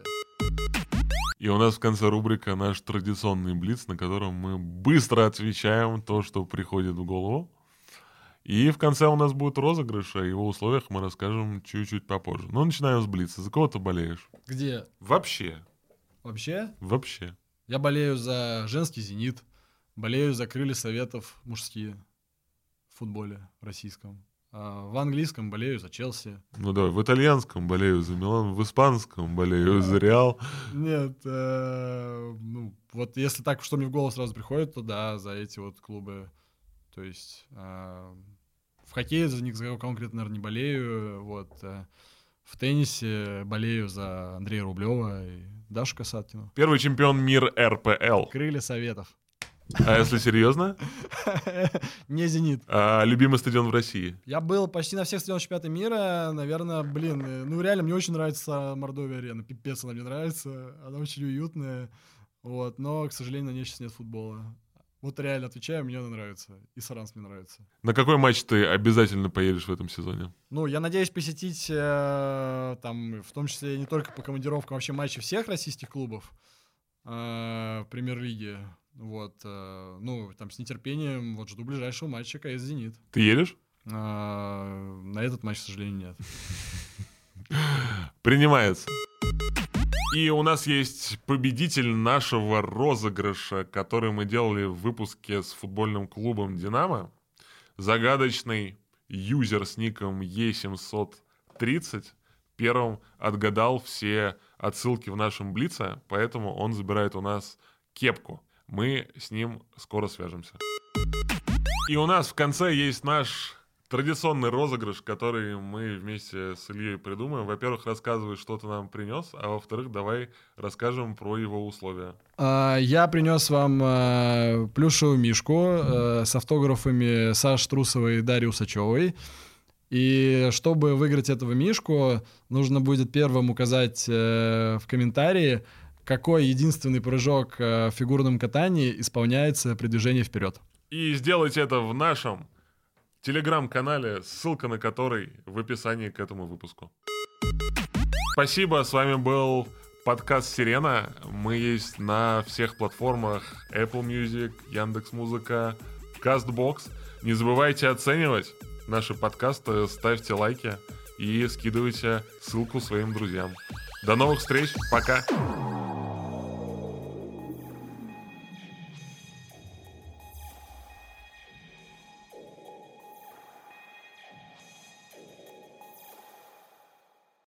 И у нас в конце рубрика наш традиционный блиц, на котором мы быстро отвечаем то, что приходит в голову. И в конце у нас будет розыгрыш, о его условиях мы расскажем чуть-чуть попозже. Но начинаем с блица. За кого ты болеешь? Где? Вообще. Вообще? Вообще. Я болею за женский «Зенит», болею за крылья Советов мужские в футболе российском. А в английском болею за Челси. Ну давай, в итальянском болею за Милан, в испанском болею за Реал. Нет, э, ну, вот если так, что мне в голову сразу приходит, то да, за эти вот клубы. То есть э, в хоккее за них за кого конкретно, наверное, не болею. Вот, э, в теннисе болею за Андрея Рублева и Дашу Касаткину. Первый чемпион мира эр пэ эл. Крылья Советов. А если серьезно? Не «Зенит». А любимый стадион в России? Я был почти на всех стадионах чемпионата мира. Наверное, блин, ну реально мне очень нравится Мордовия арена. Пипец она мне нравится. Она очень уютная. Вот, но, к сожалению, на ней сейчас нет футбола. Вот реально отвечаю, мне она нравится. И Саранск мне нравится. На какой матч ты обязательно поедешь в этом сезоне? Ну, я надеюсь посетить, э, там, в том числе не только по командировкам, вообще матчи всех российских клубов э, премьер-лиги. Вот, э, ну, там с нетерпением вот жду ближайшего матча ка эс «Зенит». Ты едешь? А, на этот матч, к сожалению, нет. Принимается. И у нас есть победитель нашего розыгрыша, который мы делали в выпуске с футбольным клубом «Динамо». Загадочный юзер с ником е семьсот тридцать первым отгадал все отсылки в нашем блице, поэтому он забирает у нас кепку. Мы с ним скоро свяжемся. И у нас в конце есть наш традиционный розыгрыш, который мы вместе с Ильей придумаем. Во-первых, рассказывай, что ты нам принес, а во-вторых, давай расскажем про его условия. Я принес вам плюшевую мишку с автографами Саши Трусовой и Дарьи Усачевой. И чтобы выиграть этого мишку, нужно будет первым указать в комментарии, какой единственный прыжок в фигурном катании исполняется при движении вперед. И сделайте это в нашем телеграм-канале, ссылка на который в описании к этому выпуску. Спасибо, с вами был подкаст «Сирена». Мы есть на всех платформах: Apple Music, Яндекс.Музыка, Castbox. Не забывайте оценивать наши подкасты, ставьте лайки и скидывайте ссылку своим друзьям. До новых встреч, пока!